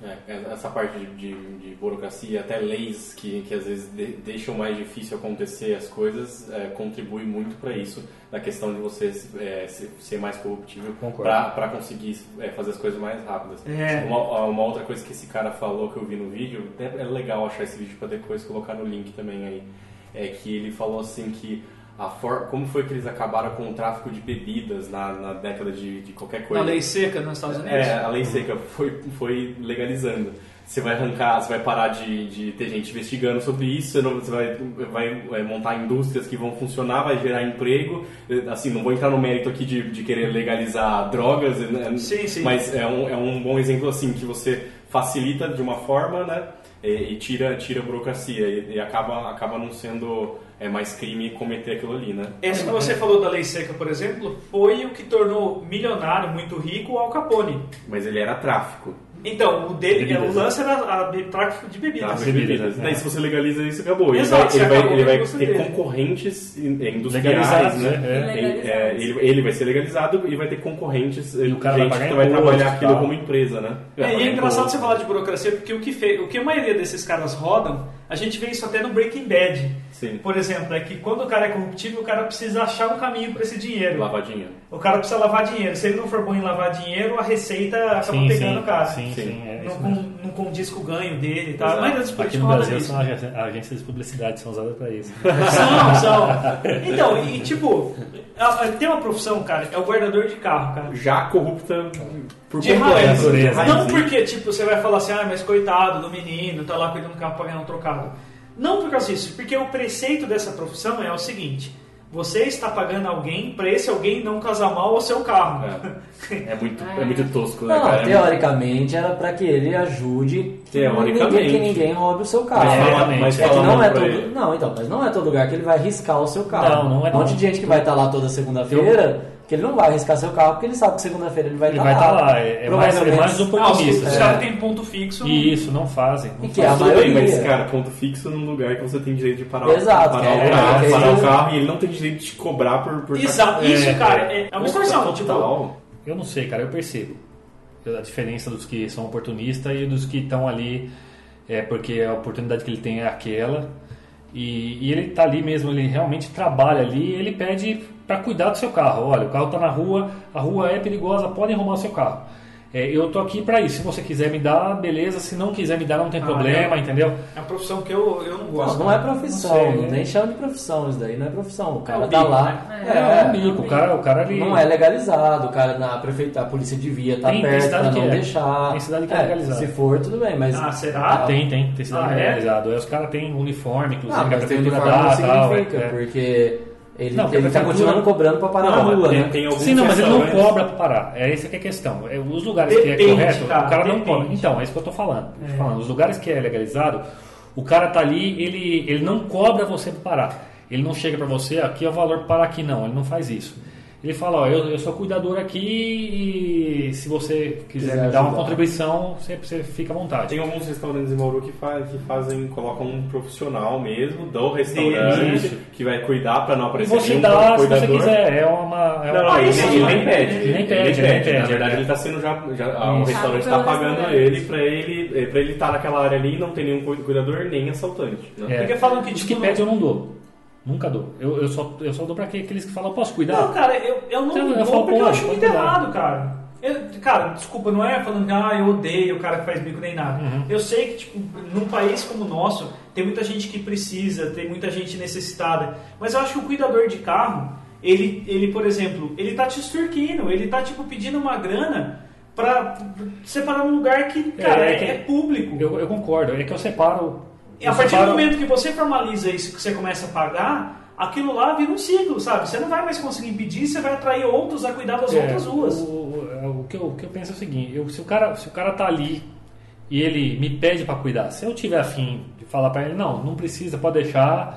Essa parte de burocracia, até leis que às vezes deixam mais difícil acontecer as coisas, contribui muito para isso, na questão de você ser mais corruptível para conseguir fazer as coisas mais rápidas. Uma outra coisa que esse cara falou, que eu vi no vídeo, até é legal achar esse vídeo para depois colocar no link também aí, é que ele falou assim que como foi que eles acabaram com o tráfico de bebidas na década de qualquer coisa? A lei seca nos Estados Unidos? A lei seca foi legalizando. Você vai parar de ter gente investigando sobre isso, você vai montar indústrias que vão funcionar, vai gerar emprego. Assim, não vou entrar no mérito aqui de querer legalizar drogas, né? Sim. Mas é um bom exemplo assim, que você facilita de uma forma, né? E tira a burocracia e acaba não sendo mais crime cometer aquilo ali, né? Esse que você falou da lei seca, por exemplo, foi o que tornou milionário, muito rico, o Al Capone. Mas ele era tráfico. Então, o lance era tráfico de bebidas. Daí, se você legaliza isso, acabou. Exato, ele vai ter concorrentes industriais, né? Ele vai ser legalizado e vai ter concorrentes, gente que vai trabalhar aquilo como empresa, né? E é engraçado você falar de burocracia, porque o que a maioria desses caras rodam, a gente vê isso até no Breaking Bad. Sim. Por exemplo, é que quando o cara é corruptível, o cara precisa achar um caminho para esse dinheiro. Lavar dinheiro. O cara precisa lavar dinheiro. Se ele não for bom em lavar dinheiro, a receita acaba pegando o cara. Não condiz com o ganho dele e tal. Mas aqui no Brasil são agências de publicidade, são usadas para isso. São. Então, e tipo, tem uma profissão, cara, é o guardador de carro, cara. Já corrupta por de raiz. Não sim. Porque, tipo, você vai falar assim, mas coitado do menino, tá lá cuidando do carro pra ganhar um trocado. Não por causa disso, porque o preceito dessa profissão é o seguinte: você está pagando alguém para esse alguém não casar mal ao seu carro. É muito tosco, né, não, cara? Teoricamente era para que ele ajude que ninguém roube o seu carro. Mas não é todo lugar que ele vai riscar o seu carro. Não é um monte de gente que vai estar lá toda segunda-feira, que ele não vai arriscar seu carro porque ele sabe que segunda-feira ele vai estar lá. É mais oportunista. Os caras têm ponto fixo. Isso, não fazem. Mas, cara, ponto fixo num lugar que você tem direito de parar o carro e ele não tem direito de te cobrar por... Exato, isso, cara, é uma extorsão. Eu não sei, cara, eu percebo a diferença dos que são oportunistas e dos que estão ali porque a oportunidade que ele tem é aquela. E ele está ali mesmo, ele realmente trabalha ali, ele pede para cuidar do seu carro. Olha, o carro está na rua, a rua é perigosa, podem roubar o seu carro. Eu tô aqui para isso, se você quiser me dar, beleza, se não quiser me dar, não tem problema, entendeu? É uma profissão que eu não gosto. Não é profissão, nem chama de profissão, isso daí não é profissão. O cara tá lá. É um bico, o cara ali... Não é legalizado, o cara na prefeitura, a polícia devia estar perto para não deixar. Tem cidade que é legalizado. Se for, tudo bem, mas... Será? Tem cidade que é legalizado. Aí os caras têm uniforme, inclusive, que a prefeitura dá e tal. Porque... Ele tá continuando cobrando para parar na rua, né? Sim, não, mas ele não cobra para parar. Essa que é a questão. Os lugares que é correto, o cara não cobra. Então, é isso que eu tô falando. Os lugares que é legalizado, o cara tá ali, ele não cobra você para parar. Ele não chega para você, aqui é o valor para parar aqui, não. Ele não faz isso. Ele fala, eu sou cuidador aqui e se você quiser me dar uma contribuição, você fica à vontade. Tem alguns restaurantes em Bauru que colocam um profissional mesmo do restaurante que vai cuidar para não aparecer nenhum cuidador. Se você quiser, ele nem pede. Na verdade, ele está sendo o restaurante está pagando ele para ele estar naquela área ali e não ter nenhum cuidador nem assaltante. Né? Porque falam que os que pedem eu não dou. Nunca dou. Eu só dou pra aqueles que falam, posso cuidar? Não, cara, eu não dou porque eu acho muito errado, cara. Cara, desculpa, não é falando que eu odeio o cara que faz bico nem nada. Eu sei que, tipo, num país como o nosso, tem muita gente que precisa, tem muita gente necessitada. Mas eu acho que o cuidador de carro, ele por exemplo, ele tá te extorquindo, ele tá, tipo, pedindo uma grana pra separar um lugar que, cara, é público. Eu concordo, é que eu separo... A partir do momento que você formaliza isso, que você começa a pagar, aquilo lá vira um ciclo, sabe? Você não vai mais conseguir impedir, você vai atrair outros a cuidar das outras ruas. O que eu penso é o seguinte, se o cara tá ali e ele me pede para cuidar, se eu tiver afim de falar para ele, não precisa, pode deixar,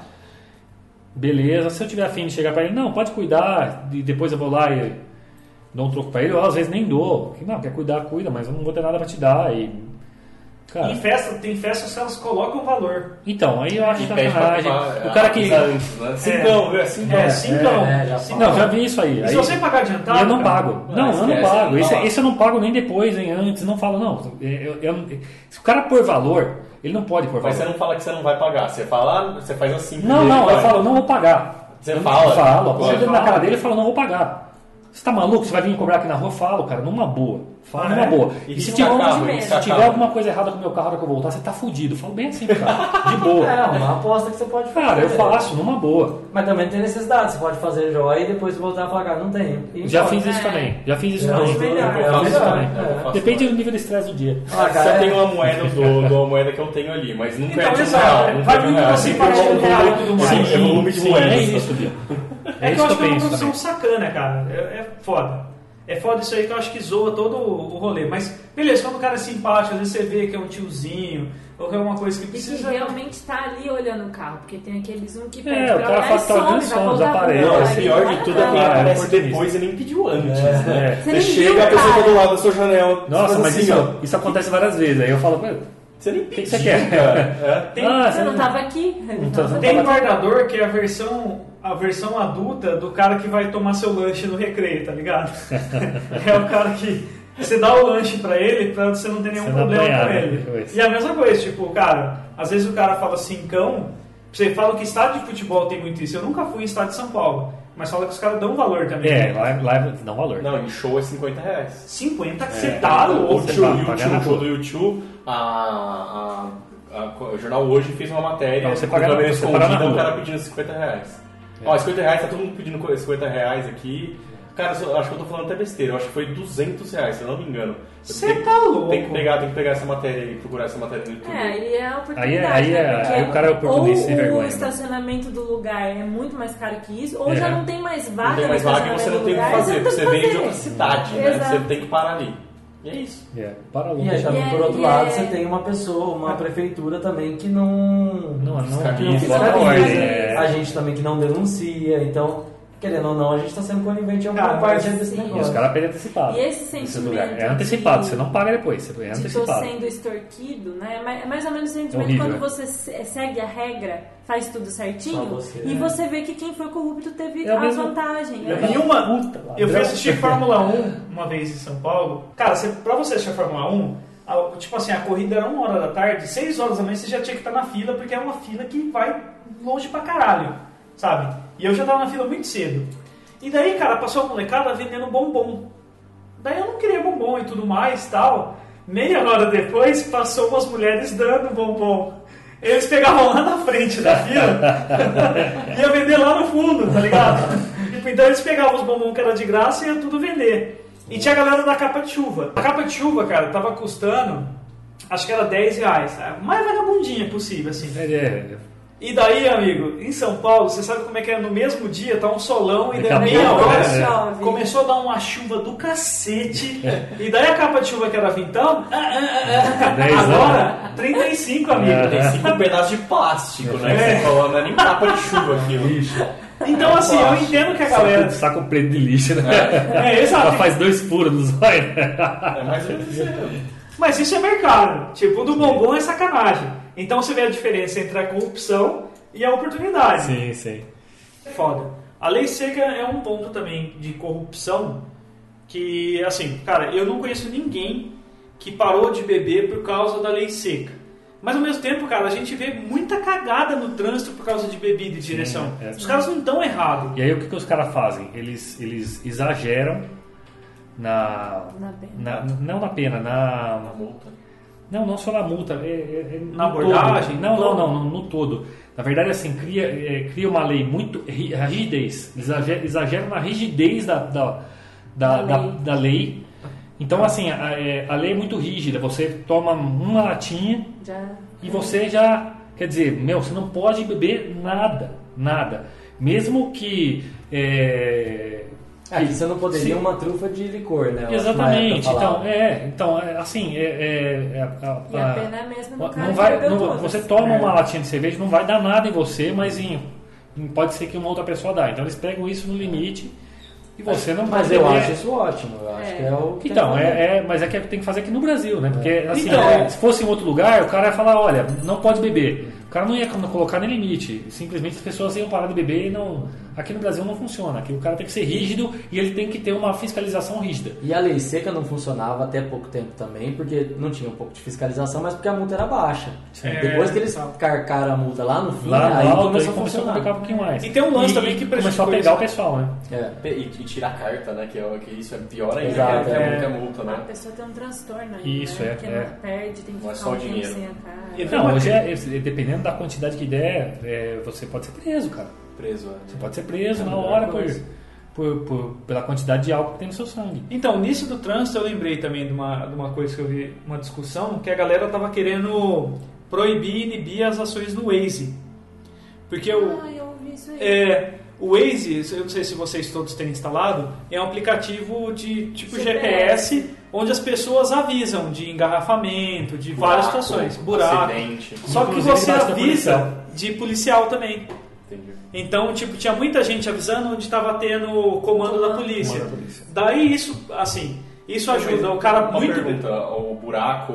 beleza. Se eu tiver afim de chegar para ele, não, pode cuidar, e depois eu vou lá e dou um troco para ele, ou às vezes nem dou. Não, quer cuidar, cuida, mas eu não vou ter nada para te dar. Cara, tem festas que elas colocam valor. Então, aí eu acho E pede sacanagem. pra O cara que... antes, né? Cincão. Não, já vi isso aí. E se você pagar adiantado... E eu não cara, pago. Não, eu não pago. Esse eu não pago nem depois, nem antes. Não falo, não. Se o cara pôr valor, ele não pode pôr valor. Mas você não fala que você não vai pagar. Você fala, você faz assim. Não, eu falo, não vou pagar. Você fala? Eu falo, aponto na cara dele e falo, não vou pagar. Você tá maluco? Você vai vir me cobrar aqui na rua? Eu falo, cara, numa boa. Falo numa boa. E se tiver alguma coisa errada com o meu carro na hora que eu voltar, você tá fudido. Eu falo bem assim, cara. De boa. É uma aposta que você pode fazer. Cara, eu faço, numa boa. Mas também tem necessidade. Você pode fazer joia e depois voltar a pagar. Não tem. Já fiz isso também. Já fiz isso também. Eu faço isso melhor. também. Depende do nível de estresse do dia. Se eu tenho uma moeda, eu dou uma moeda que eu tenho ali, mas nunca é de R$1. Vai muito assim, parte do real e tudo mais. Sim, é volume de moedas. É isso, Bia. É que eu acho que é uma penso produção também. sacana, cara. É foda. É foda isso aí que eu acho que zoa todo o rolê. Mas, beleza, quando o cara é simpático, às vezes você vê que é um tiozinho, ou que é uma coisa que E precisa... que realmente tá ali olhando o carro, porque tem aqueles que pede o pra cara olhar faz e tal some, de vai som, voltar desaparece. pro Não, lugar, o pior vai de tudo na é quem cara. aparece depois e nem pediu antes. Né? Você Você nem chega, viu, a pessoa cara. tá do lado da sua janela. Nossa, faz mas assim, isso acontece várias vezes. Aí eu falo, você nem o pediu, que você quer? cara. Você não tava aqui. Tem guardador que é a versão adulta do cara que vai tomar seu lanche no recreio, tá ligado? É o cara que você dá o lanche pra ele pra você não ter nenhum problema com ele. E a mesma coisa, tipo, cara, às vezes o cara fala cincão, você fala que estádio de futebol tem muito isso. Eu nunca fui em estádio de São Paulo, mas fala que os caras dão valor também. lá dão valor. Não, em show é R$50. 50 que você tá louco. O show do YouTube, o jornal Hoje fez uma matéria você com pagar câmera você pagar na escondida, rua. um cara pedindo R$50. Ó, R$50, tá todo mundo pedindo R$50 aqui. Cara, eu acho que eu tô falando até besteira, eu acho que foi R$200, se eu não me engano. Você tá louco. Tem que pegar essa matéria e procurar essa matéria no YouTube. Aí é a oportunidade. Aí o cara é oportunista sem vergonha. Ou o estacionamento do lugar é muito mais caro que isso, ou É. já não tem mais vaga. Não tem mais vaga e você não tem o que fazer, porque você vem de outra outra cidade, né? Exato. Você tem que parar ali. E é isso. Para E aí, também, por outro lado, você tem uma pessoa, uma prefeitura também que não fiscaliza, a gente também que não denuncia, então, querendo ou não, a gente está sendo conivente em alguma parte desse sim. negócio. E os caras pedem antecipado. E esse sentimento É antecipado, você não paga depois, é de antecipado. tô sendo extorquido, né? É mais ou menos o sentimento Horrível, quando né? você segue a regra, faz tudo certinho, você, e você vê que quem foi corrupto teve É o a mesmo- vantagem. Eu fui assistir Fórmula 1 uma vez em São Paulo. Cara, pra você assistir a Fórmula 1, tipo assim, a corrida era 1h da tarde, 6h da manhã você já tinha que estar na fila, porque é uma fila que vai longe pra caralho, sabe? E eu já tava na fila muito cedo. E daí, cara, passou a molecada vendendo bombom. Daí eu não queria bombom e tudo mais e tal. Meia hora depois, passou umas mulheres dando bombom. Eles pegavam lá na frente da fila e ia vender lá no fundo, tá ligado? Então eles pegavam os bombons que era de graça e ia tudo vender. E tinha a galera da capa de chuva. A capa de chuva, cara, tava custando, acho que era R$10. A mais vagabundinha possível, assim. E daí, amigo, em São Paulo, você sabe como é que é? No mesmo dia, tá um solão e daí meia hora começou a dar uma chuva do cacete. E daí a capa de chuva que era vintão, agora 35, amigo. Tem 5 pedaços de plástico, né? Que você falou, não é nem capa de chuva aquilo. Então, assim, eu entendo que a galera... Saco preto de lixo, né? Exato. Ela faz 2 furos nos olhos. É mais ou menos isso. Mas isso é mercado. Tipo, o do bombom é sacanagem. Então você vê a diferença entre a corrupção e a oportunidade. Sim. Foda. A lei seca é um ponto também de corrupção que, assim, cara, eu não conheço ninguém que parou de beber por causa da lei seca. Mas ao mesmo tempo, cara, a gente vê muita cagada no trânsito por causa de bebida e direção. Os caras não estão errados. E aí o que os caras fazem? Eles exageram não na pena, na multa. Não só na multa, na abordagem? Não, no todo. Na verdade, assim, cria uma lei muito rigidez. Eles exageram na rigidez da lei. Então, assim, a lei é muito rígida. Você toma uma latinha e você já... Quer dizer, você não pode beber nada. Mesmo que... Aqui você não poderia uma trufa de licor, né? Exatamente. Assim... E a pena é mesmo no cara não vai, que bebeu todas. você toma uma latinha de cerveja, não vai dar nada em você, mas pode ser que uma outra pessoa dá. Então eles pegam isso no limite E você não Mas pode eu beber. acho isso ótimo. Eu acho que é o que Então, mas é que tem que fazer aqui no Brasil, né? Porque assim, se fosse em outro lugar, o cara ia falar, olha, não pode beber. O cara não ia colocar nem limite. Simplesmente as pessoas iam parar de beber e não... Aqui no Brasil não funciona. Aqui o cara tem que ser rígido e ele tem que ter uma fiscalização rígida. E a lei seca não funcionava até pouco tempo também, porque não tinha um pouco de fiscalização, mas porque a multa era baixa. Depois que eles carcaram a multa lá no fim, aí começou a funcionar. Um pouquinho mais. E tem um lance também que começou a pegar o pessoal, né? E tirar a carta, né? Que isso é pior ainda, Exato, que a multa, né? A pessoa tem um transtorno aí, Isso, né? Porque não perde, tem que Não é ficar só um o tempo dinheiro. sem a cara. Não, hoje, dependendo da quantidade que der, você pode ser preso, cara. Preso, Você pode ser preso na hora pela quantidade de álcool que tem no seu sangue. Então, nisso do trânsito eu lembrei também de uma coisa que eu vi, uma discussão, que a galera tava querendo proibir e inibir as ações do Waze. Porque eu ouvi isso aí. o Waze, eu não sei se vocês todos têm instalado, é um aplicativo de tipo GPS, onde as pessoas avisam de engarrafamento, de várias situações, buraco. Acidente. Só que Inclusive, você bate da avisa policial. de policial também. Entendi. Então, tipo, tinha muita gente avisando onde estava tendo o comando da polícia. Daí isso, assim, isso ajuda o cara Uma muito... pergunta, o buraco,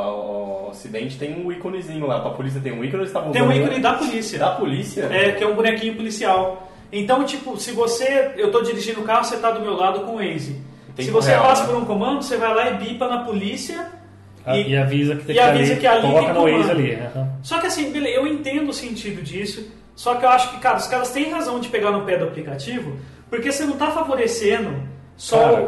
o acidente tem um íconezinho lá. A polícia tem um ícone, eles estavam Tem um usando ícone da polícia. Da polícia? Que é um bonequinho policial. Então, tipo, se eu tô dirigindo o carro, você tá do meu lado com o Waze. Se você real, passa né? por um comando, você vai lá e bipa na polícia E avisa que tem que ali coloca tem no Waze comando. ali. Só que assim, beleza, eu entendo o sentido disso, só que eu acho que, cara, os caras têm razão de pegar no pé do aplicativo, porque você não tá favorecendo só Cara.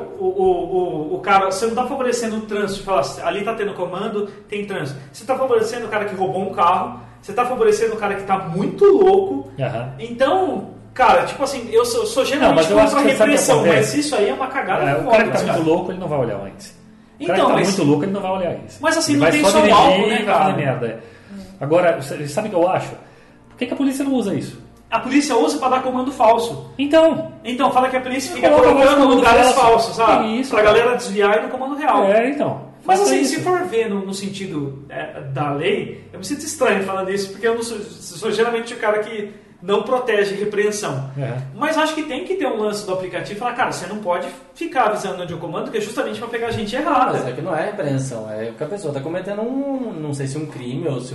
o cara, você não tá favorecendo o trânsito, de falar, ali tá tendo comando, tem trânsito. Você tá favorecendo o cara que roubou um carro, você tá favorecendo o cara que tá muito louco. Então, cara, tipo assim, eu sou geralmente contra a repressão, mas isso aí é uma cagada O foda, cara que tá cara. muito louco, ele não vai olhar antes. O cara Então, que tá mas- muito louco, ele não vai olhar isso. Mas assim, ele não vai tem só só o dirigir álcool, né, e vai fazer cara? merda. Agora, sabe o que eu acho? Por que a polícia não usa isso? A polícia usa pra dar comando falso. Então, Fala que a polícia fica Coloca mais colocando comando lugares falso. falsos, sabe? Isso, pra cara. galera desviar e no comando real. então. Mas faça assim, isso. se for ver no sentido da lei, eu me sinto estranho falando isso, porque eu não sou geralmente o cara que não protege repreensão. Mas acho que tem que ter um lance do aplicativo e falar, cara, você não pode ficar avisando onde eu comando, que é justamente pra pegar gente errada. Mas é que não é repreensão, é que a pessoa está cometendo não sei se um crime ou se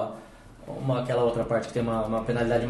aquela outra parte que tem uma penalidade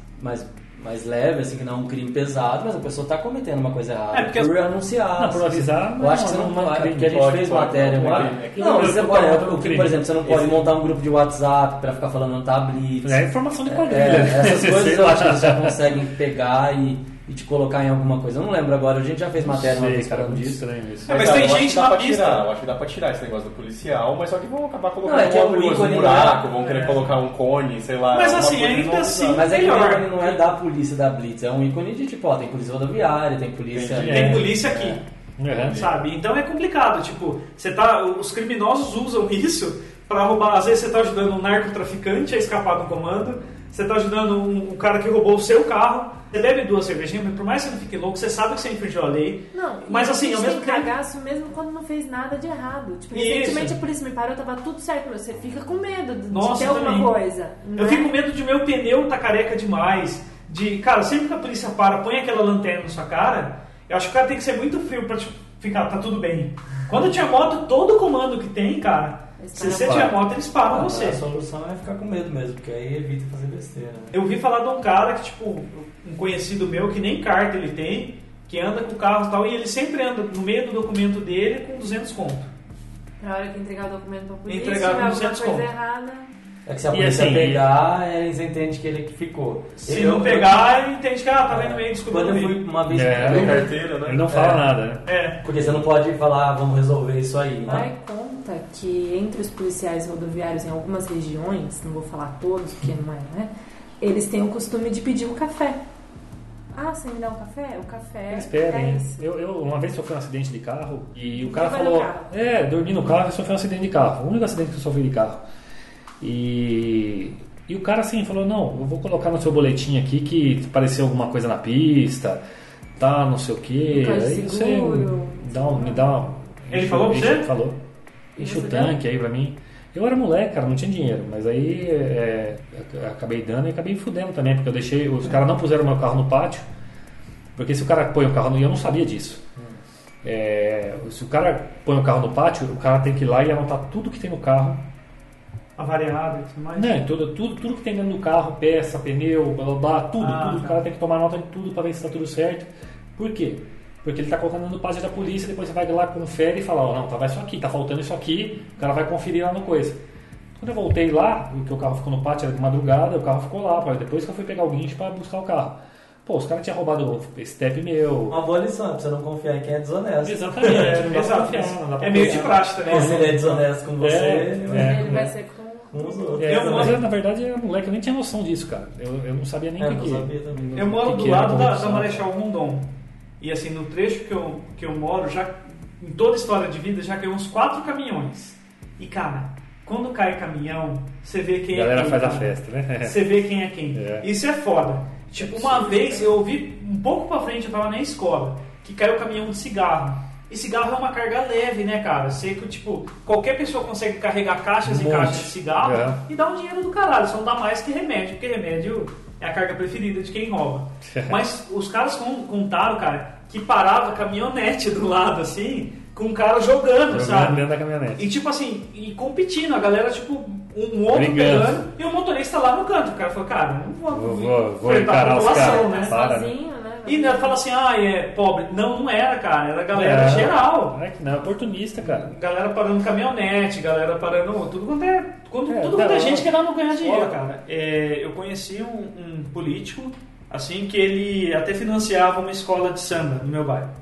mais leve, assim, que não é um crime pesado, mas a pessoa está cometendo uma coisa errada. porque por anunciar. Não, por avisar, Eu acho que você não pode, porque a gente fez matéria lá. Não, você pode, por exemplo, você não pode montar um grupo de WhatsApp para ficar falando no tablets. É informação de quadrilha. Essas coisas eu acho que eles já conseguem pegar e te colocar em alguma coisa. Eu não lembro agora, a gente já fez matéria uma vez falando disso. Mas tem eu acho gente que dá na pra pista. tirar, eu acho que dá pra tirar esse negócio do policial, mas só que vão acabar colocando Não, é que uma o luz, ícone um buraco, vão querer colocar um cone, sei lá. Mas uma assim, coisa ainda não assim- usar. Mas é que o melhor. ícone não é da polícia da Blitz, é um ícone de tipo, tem polícia rodoviária, tem polícia. Entendi. Tem polícia aqui. Uhum. Sabe? Então é complicado, tipo, os criminosos usam isso pra roubar, às vezes você tá ajudando um narcotraficante a escapar do comando, você tá ajudando um cara que roubou o seu carro, você bebe 2 cervejinhas, mas por mais que você não fique louco, você sabe que você infringiu a lei. Não, Mas assim, a ao gente mesmo tem tempo... cagaço mesmo quando não fez nada de errado. Tipo, Isso. recentemente a polícia me parou, tava tudo certo, mas você fica com medo de Nossa, ter alguma também. coisa. Eu né? fico com medo de meu pneu tá careca demais, cara, sempre que a polícia põe aquela lanterna na sua cara, eu acho que o cara tem que ser muito frio pra tipo, ficar, tá tudo bem. Quando eu tinha moto, todo comando que tem, cara, se você tiver moto, eles param você. A solução é ficar com medo mesmo, porque aí evita fazer besteira. Né? Eu vi falar de um cara que, tipo, um conhecido meu que nem carta ele tem, que anda com o carro e tal, e ele sempre anda no meio do documento dele com 200 conto. Na hora que entregar o documento pra polícia, Entregar tiver com alguma 200 coisa conto. errada... É que se a E polícia assim, pegar, eles entendem que ele que ficou. Se não pegar, ele entende que tava no meio, descobriu Quando no eu fui meio. uma vez... Tem carteira, né? Ele não fala nada, né? É. Porque você não pode falar, vamos resolver isso aí. Né? Vai conta que entre os policiais rodoviários em algumas regiões, não vou falar todos, porque não é, né? Eles têm o costume de pedir um café. Ah, você me dá um café? O café Eles pedem. é Hein? isso. Uma vez sofri um acidente de carro e o cara Vai no falou... carro. Dormi no carro e sofri um acidente de carro. O único acidente que eu sofri de carro. E o cara assim falou, não, eu vou colocar no seu boletim aqui que apareceu alguma coisa na pista, tá, não sei o que. Por causa de Aí seguro, me dá. Ele falou pra você? Falou. Enche o Você tanque aí pra mim. Eu era moleque, cara, não tinha dinheiro, mas aí acabei dando e acabei fudendo também, porque eu deixei, os caras não puseram meu carro no pátio Porque se o cara põe o carro no... Eu não sabia disso. Se o cara põe o carro no pátio, o cara tem que ir lá e anotar tudo que tem no carro. Avariado e tudo mais? Não, tudo que tem dentro do carro, peça, pneu, blá blá blá, tudo. O cara tem que tomar nota de tudo para ver se está tudo certo. Por quê? Porque ele está colocando no pátio da polícia, depois você vai lá, confere e fala, não, tá isso aqui, tá faltando isso aqui, o cara vai conferir lá no coisa. Quando eu voltei lá, porque o carro ficou no pátio, era de madrugada, o carro ficou lá, depois que eu fui pegar o guincho para buscar o carro. Pô, os caras tinham roubado o step meu. Uma boa lição, pra você não confiar em quem é desonesto. Exatamente, não dá pra confiar, não dá pra meio de praxe também. Se ele é desonesto com você, ele vai ser com os outros. Mas na verdade, moleque, eu nem tinha noção disso, cara. Eu não sabia nem o que. Eu moro do lado da Marechal Rondon. E assim, no trecho que eu moro, já em toda a história de vida, já caiu uns 4 caminhões. E cara, quando cai caminhão, você vê quem é quem. A galera faz a festa, né? Você vê quem é quem. Isso é foda. Tipo, uma vez eu ouvi um pouco pra frente, eu tava na escola, que caiu o caminhão de cigarro. E cigarro é uma carga leve, né, cara? Sei que, tipo, qualquer pessoa consegue carregar caixas e caixas de cigarro e dar um dinheiro do caralho. Só não dá mais que remédio, porque remédio é a carga preferida de quem rouba. Mas os caras contaram, cara, que parava caminhonete do lado, assim, com um cara jogando, sabe? Dentro da caminhonete. E tipo assim, e competindo, a galera, tipo, um outro pegando e o motorista lá no canto. O cara falou, cara, não vou encarar os caras, né? Sozinho, né? E ela fala assim, é pobre. Não era, cara, era a galera geral. Não é oportunista, cara. Galera parando caminhonete, galera parando tudo quanto é gente querendo ganhar dinheiro, cara. Eu conheci um político, assim, que ele até financiava uma escola de samba no meu bairro.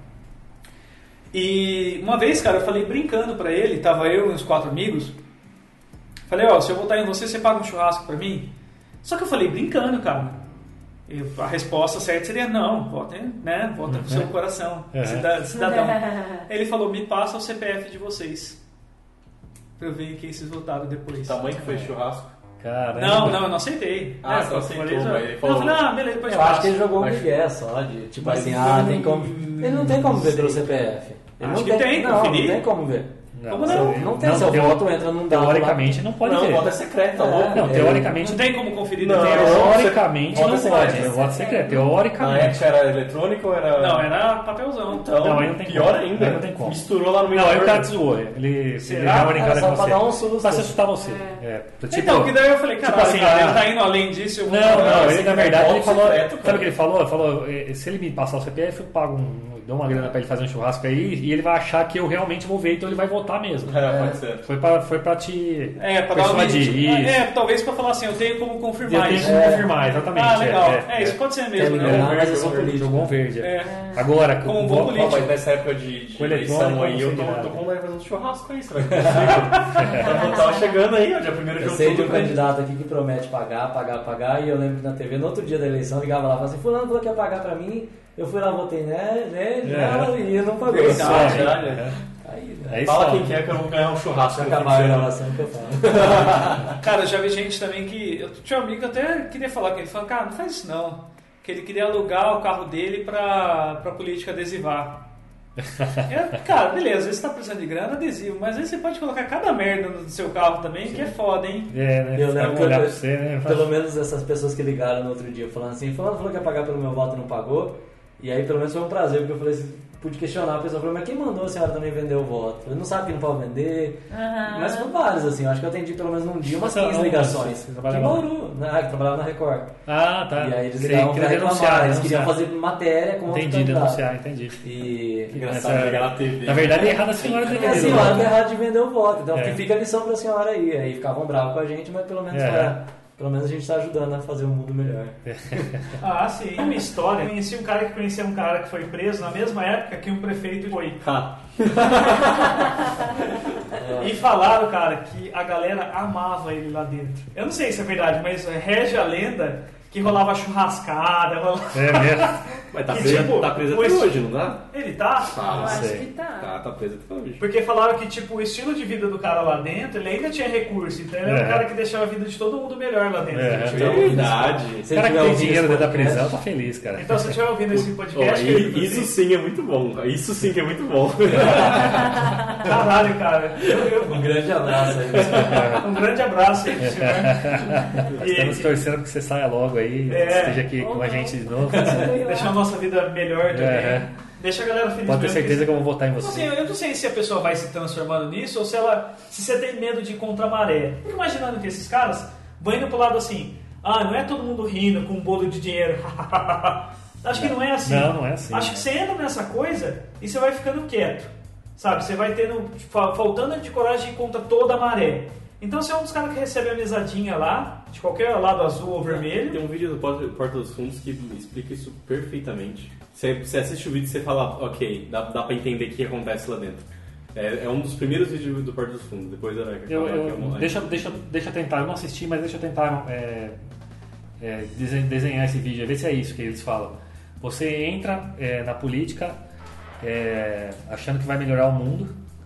E uma vez, cara, eu falei brincando pra ele, tava eu e uns 4 amigos. Falei, se eu votar em você paga um churrasco pra mim? Só que eu falei brincando, cara. A resposta certa seria não, vota com o seu coração, cidadão. Ele falou, me passa o CPF de vocês, pra eu ver em quem vocês votaram depois. O tamanho que foi churrasco? Caramba. Não, eu não aceitei. Você aceitou, mas ele falou... Eu falei, beleza, depois eu acho que ele jogou um migué só, de tipo assim, tem como... Ele não tem como ver pelo CPF. Acho que tem, não tem como ver. Como não? Não tem, seu voto entra num dado. Teoricamente não pode ver. Não, o voto é secreto, Não, teoricamente não tem como conferir. Teoricamente não pode. É o voto secreto, teoricamente. Na época era eletrônico ou era... Não, era papelzão. Então, aí não tem pior como. ainda. Não tem como. Misturou lá no meio. Não, aí o cara te zoou. Ele dá uma brincada com você. Pra assustar você. Então, que daí eu falei, cara, ele tá indo além disso. Não, ele na verdade ele falou... Sabe o que ele falou? Ele falou, se ele me passar o CPF, eu pago dou uma grana pra ele fazer um churrasco aí e ele vai achar que eu realmente vou ver, então ele vai votar mesmo. Pode ser. Foi pra te pra persuadir. Talvez pra falar assim, eu tenho como confirmar isso. Eu tenho como confirmar, exatamente. Legal. Isso pode ser mesmo. Mas eu sou político. Jogou verde. Agora, como um bom político. Mas nessa época de eleição aí, eu tô com vontade de fazer um churrasco aí, será que é possível? Tava chegando aí, dia 1º de outubro. Eu sei de um candidato aqui que promete pagar, e eu lembro que na TV, no outro dia da eleição, ligava lá e falava assim, fulano falou que ia pagar pra mim, eu fui lá, votei nela e não pagou. Fala quem quer que eu vou ganhar um churrasco. Acabar a gravação que eu falo. Cara, eu já vi gente também que... Eu tinha um amigo que até queria falar com ele. Falou, cara, não faz isso não. Que ele queria alugar o carro dele pra política adesivar. Cara, beleza, às vezes você tá precisando de grana, adesivo, mas aí você pode colocar cada merda no seu carro também, que é foda, hein? Né? Eu lembro que pelo menos essas pessoas que ligaram no outro dia falando assim, fulano falou que ia pagar pelo meu voto e não pagou, e aí pelo menos foi um prazer, porque eu falei assim, pude questionar, a pessoa falou, mas quem mandou a senhora também vender o voto? Ele não sabe que não pode vender. Mas foram vários, assim, eu acho que eu atendi pelo menos num dia umas 15 ligações. Que Bauru, que trabalhava na Record. Ah, tá. E aí eles ligavam pra reclamar, eles queriam fazer matéria com outro candidato. Denunciar, entendi. E... Engraçado, ligar na TV. Na verdade, é errado a senhora ter vendido. A senhora que é errado de vender o voto, então que fica a lição pra senhora aí. Aí ficavam bravos com a gente, mas pelo menos pelo menos a gente está ajudando a fazer um mundo melhor. Sim. Uma história. Conheci um cara que conhecia um cara que foi preso na mesma época que um prefeito foi. E falaram, cara, que a galera amava ele lá dentro. Eu não sei se é verdade, mas rege a lenda que rolava churrascada. É mesmo? Mas tá preso até hoje, não dá? Ele tá? Eu acho que tá. Tá preso até hoje. Porque falaram que, tipo, o estilo de vida do cara lá dentro, ele ainda tinha recurso. Então ele era um cara que deixava a vida de todo mundo melhor lá dentro. Então, verdade. O cara que tem dinheiro dentro da prisão tá feliz, cara. Então, se você estiver ouvindo esse podcast... Isso sim é muito bom. Isso sim que é muito bom. Caralho, cara. Um grande abraço aí. Um grande abraço aí pro senhor. Estamos torcendo que você saia logo aí, esteja aqui com a gente de novo. Deixar a nossa vida melhor também. Deixa a galera feliz. Pode ter certeza que eu vou votar em você. Eu não sei se a pessoa vai se transformando nisso ou se você tem medo de ir contra a maré. Fico imaginando que esses caras vão indo pro lado assim, não é todo mundo rindo com um bolo de dinheiro. Acho que não é assim. Não é assim. Acho que você entra nessa coisa e você vai ficando quieto. Sabe? Você vai tendo, faltando de coragem de ir contra toda a maré. Então você é um dos caras que recebe a mesadinha lá, de qualquer lado azul ou vermelho. Tem um vídeo do Porta dos Fundos que explica isso perfeitamente. Você assiste o vídeo e você fala, ok, dá pra entender o que acontece lá dentro. É um dos primeiros vídeos do Porta dos Fundos. Depois deixa eu tentar, eu não assisti, mas deixa eu tentar desenhar esse vídeo, ver se é isso que eles falam. Você entra na política achando que vai melhorar o mundo.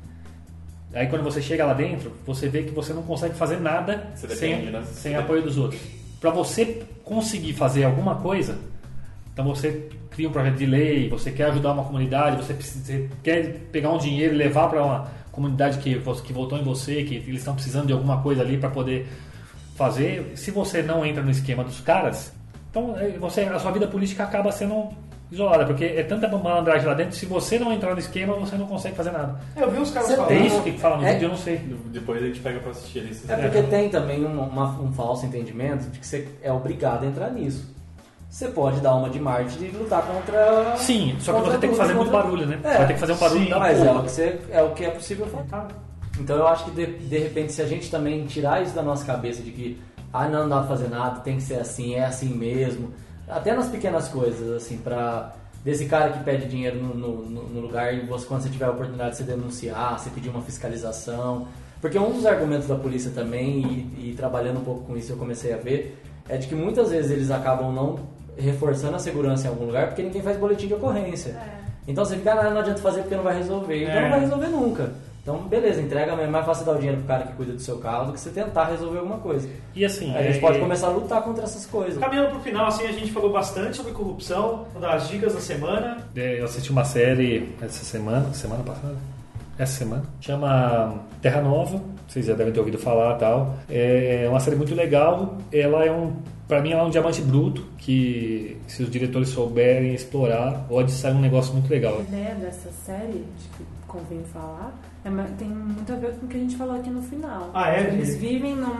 Aí quando você chega lá dentro, você vê que você não consegue fazer nada sem apoio dos outros. Para você conseguir fazer alguma coisa, então você cria um projeto de lei, você quer ajudar uma comunidade, você quer pegar um dinheiro e levar para uma comunidade que votou em você, que eles estão precisando de alguma coisa ali para poder fazer. Se você não entra no esquema dos caras, então a sua vida política acaba sendo isolada, porque é tanta malandragem lá dentro, se você não entrar no esquema, você não consegue fazer nada. Eu vi os caras falando. É isso que fala no vídeo, eu não sei. Depois a gente pega pra assistir isso. Porque tem também um falso entendimento de que você é obrigado a entrar nisso. Você pode dar uma de marketing e lutar contra... Sim, só que você tem que fazer muito barulho, né? Vai ter que fazer um barulho da mas porra. é o que é possível fazer. Então eu acho que de repente, se a gente também tirar isso da nossa cabeça de que não dá pra fazer nada, tem que ser assim, é assim mesmo, até nas pequenas coisas, assim, pra desse cara que pede dinheiro no lugar e você, quando você tiver a oportunidade de você denunciar, você pedir uma fiscalização. Porque um dos argumentos da polícia também, e trabalhando um pouco com isso eu comecei a ver, é de que muitas vezes eles acabam não reforçando a segurança em algum lugar porque ninguém faz boletim de ocorrência. Então você fica, não adianta fazer porque não vai resolver. Então não vai resolver nunca. Então, beleza, entrega, é mais fácil dar o dinheiro pro cara que cuida do seu carro do que você tentar resolver alguma coisa. E assim... a gente pode começar a lutar contra essas coisas. Caminhando pro final, assim, a gente falou bastante sobre corrupção, das dicas da semana. Eu assisti uma série semana passada, chama Terra Nova, vocês já devem ter ouvido falar e tal. É uma série muito legal, ela é pra mim ela é um diamante bruto, que se os diretores souberem explorar, pode sair um negócio muito legal. A ideia dessa série, acho que convém falar, tem muito a ver com o que a gente falou aqui no final. Eles vivem num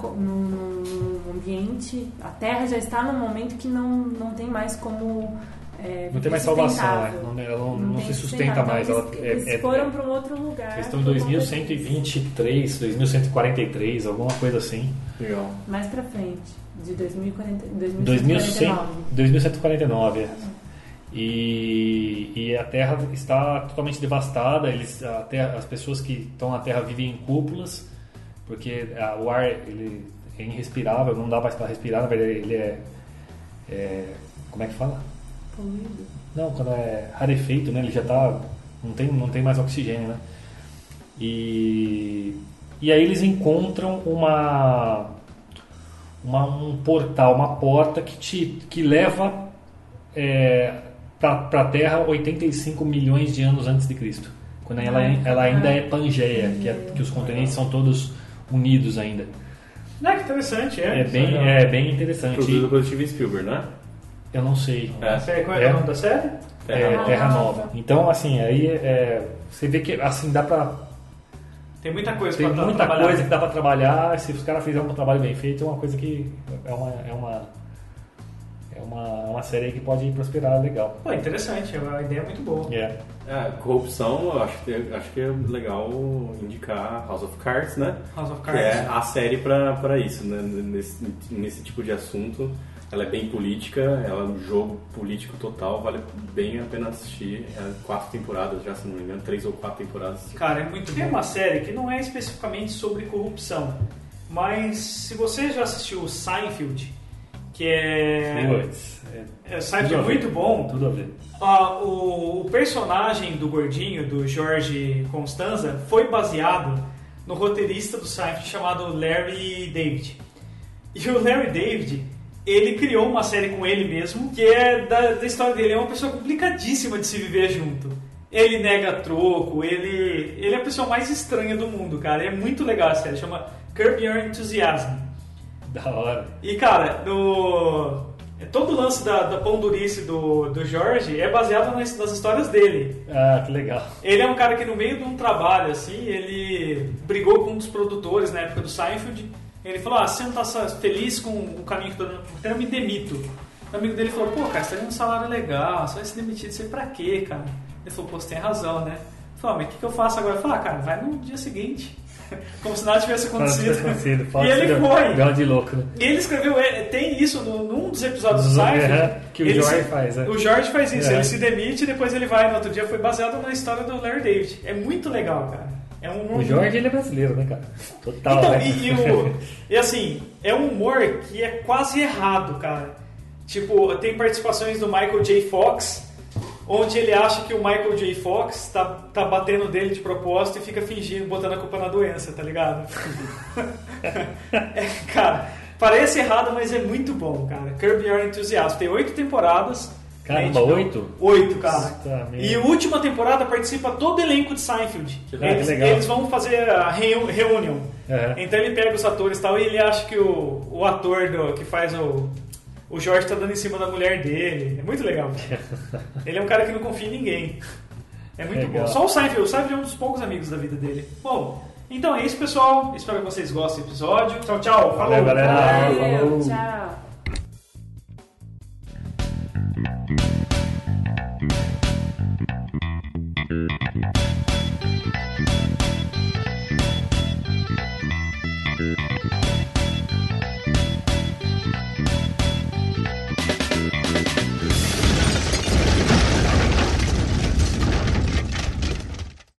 ambiente, a Terra já está num momento que não tem mais como... não tem mais salvação, ela não se sustenta mais. Eles foram para um outro lugar. Eles estão em 2123, 2143, alguma coisa assim. Legal. Mais pra frente, de 2149. 2149, E a Terra está totalmente devastada. As pessoas que estão na Terra vivem em cúpulas, porque o ar ele é irrespirável, não dá mais para respirar. Na verdade, ele como é que fala? Poluído. Não, quando é rarefeito, né? Ele já tá... Não tem mais oxigênio, né? E aí eles encontram um portal, uma porta que leva para a Terra 85 milhões de anos antes de Cristo. Quando ela ainda é Pangeia, que os continentes são todos unidos ainda. Que interessante, É bem interessante. Produzido pelo Steven Spielberg, né? Eu não sei. Qual é o nome da série? Terra Nova. Então, assim, aí você vê que assim dá pra... Tem muita coisa que dá pra trabalhar. Se os caras fizerem um trabalho bem feito, é uma coisa que é uma série que pode prosperar legal. Pô, interessante, a ideia é muito boa. Corrupção, eu acho que é legal indicar House of Cards, né? House of Cards. Que é a série pra isso, né? Nesse tipo de assunto. Ela é bem política, ela é um jogo político total, vale bem a pena assistir. 4 temporadas já, se não me engano, 3 ou 4 temporadas. Cara, é muito bom. Tem uma série que não é especificamente sobre corrupção, mas se você já assistiu Seinfeld, que é... Seinfeld é muito bom. Tudo a ver. O personagem do gordinho, do George Costanza, foi baseado no roteirista do Seinfeld chamado Larry David. E o Larry David, ele criou uma série com ele mesmo, que é da história dele. É uma pessoa complicadíssima de se viver junto. Ele nega troco, ele é a pessoa mais estranha do mundo, cara. É muito legal a série, chama Curb Your Enthusiasm. Da hora. E, cara, todo o lance da pão durice do Jorge é baseado nas histórias dele. Ah, que legal. Ele é um cara que no meio de um trabalho, assim, ele brigou com um dos produtores na época do Seinfeld. Ele falou, se você não tá feliz com o caminho que eu tô dando, eu me demito. O amigo dele falou, pô, cara, você tá ganhando um salário legal, você vai se demitir, isso aí pra quê, cara? Ele falou, pô, você tem razão, né? Ele falou, mas o que eu faço agora? Eu falei, cara, vai no dia seguinte. Como se nada tivesse acontecido. E ele foi. Deu de louco, né? E ele escreveu, tem isso num dos episódios do Seinfeld. Que o George faz, né? O George faz isso, ele se demite e depois ele vai no outro dia. Foi baseado na história do Larry David. É muito legal, cara. O George, ele é brasileiro, né, cara? Total. Então, né? E assim, é um humor que é quase errado, cara. Tipo, tem participações do Michael J. Fox, onde ele acha que o Michael J. Fox tá batendo dele de propósito e fica fingindo, botando a culpa na doença, tá ligado? Cara, parece errado, mas é muito bom, cara. Curb Your Enthusiasm. Tem 8 temporadas. Caramba, 8? 8, cara. Tá, e a última temporada participa todo o elenco de Seinfeld. Eles vão fazer a reunião. Uhum. Então ele pega os atores e tal, e ele acha que o ator que faz o Jorge tá dando em cima da mulher dele. É muito legal. Ele é um cara que não confia em ninguém. É muito bom. Só o Seinfeld. O Seinfeld é um dos poucos amigos da vida dele. Bom, então é isso, pessoal. Espero que vocês gostem do episódio. Tchau, tchau. Falou. Valeu, galera. Valeu, tchau.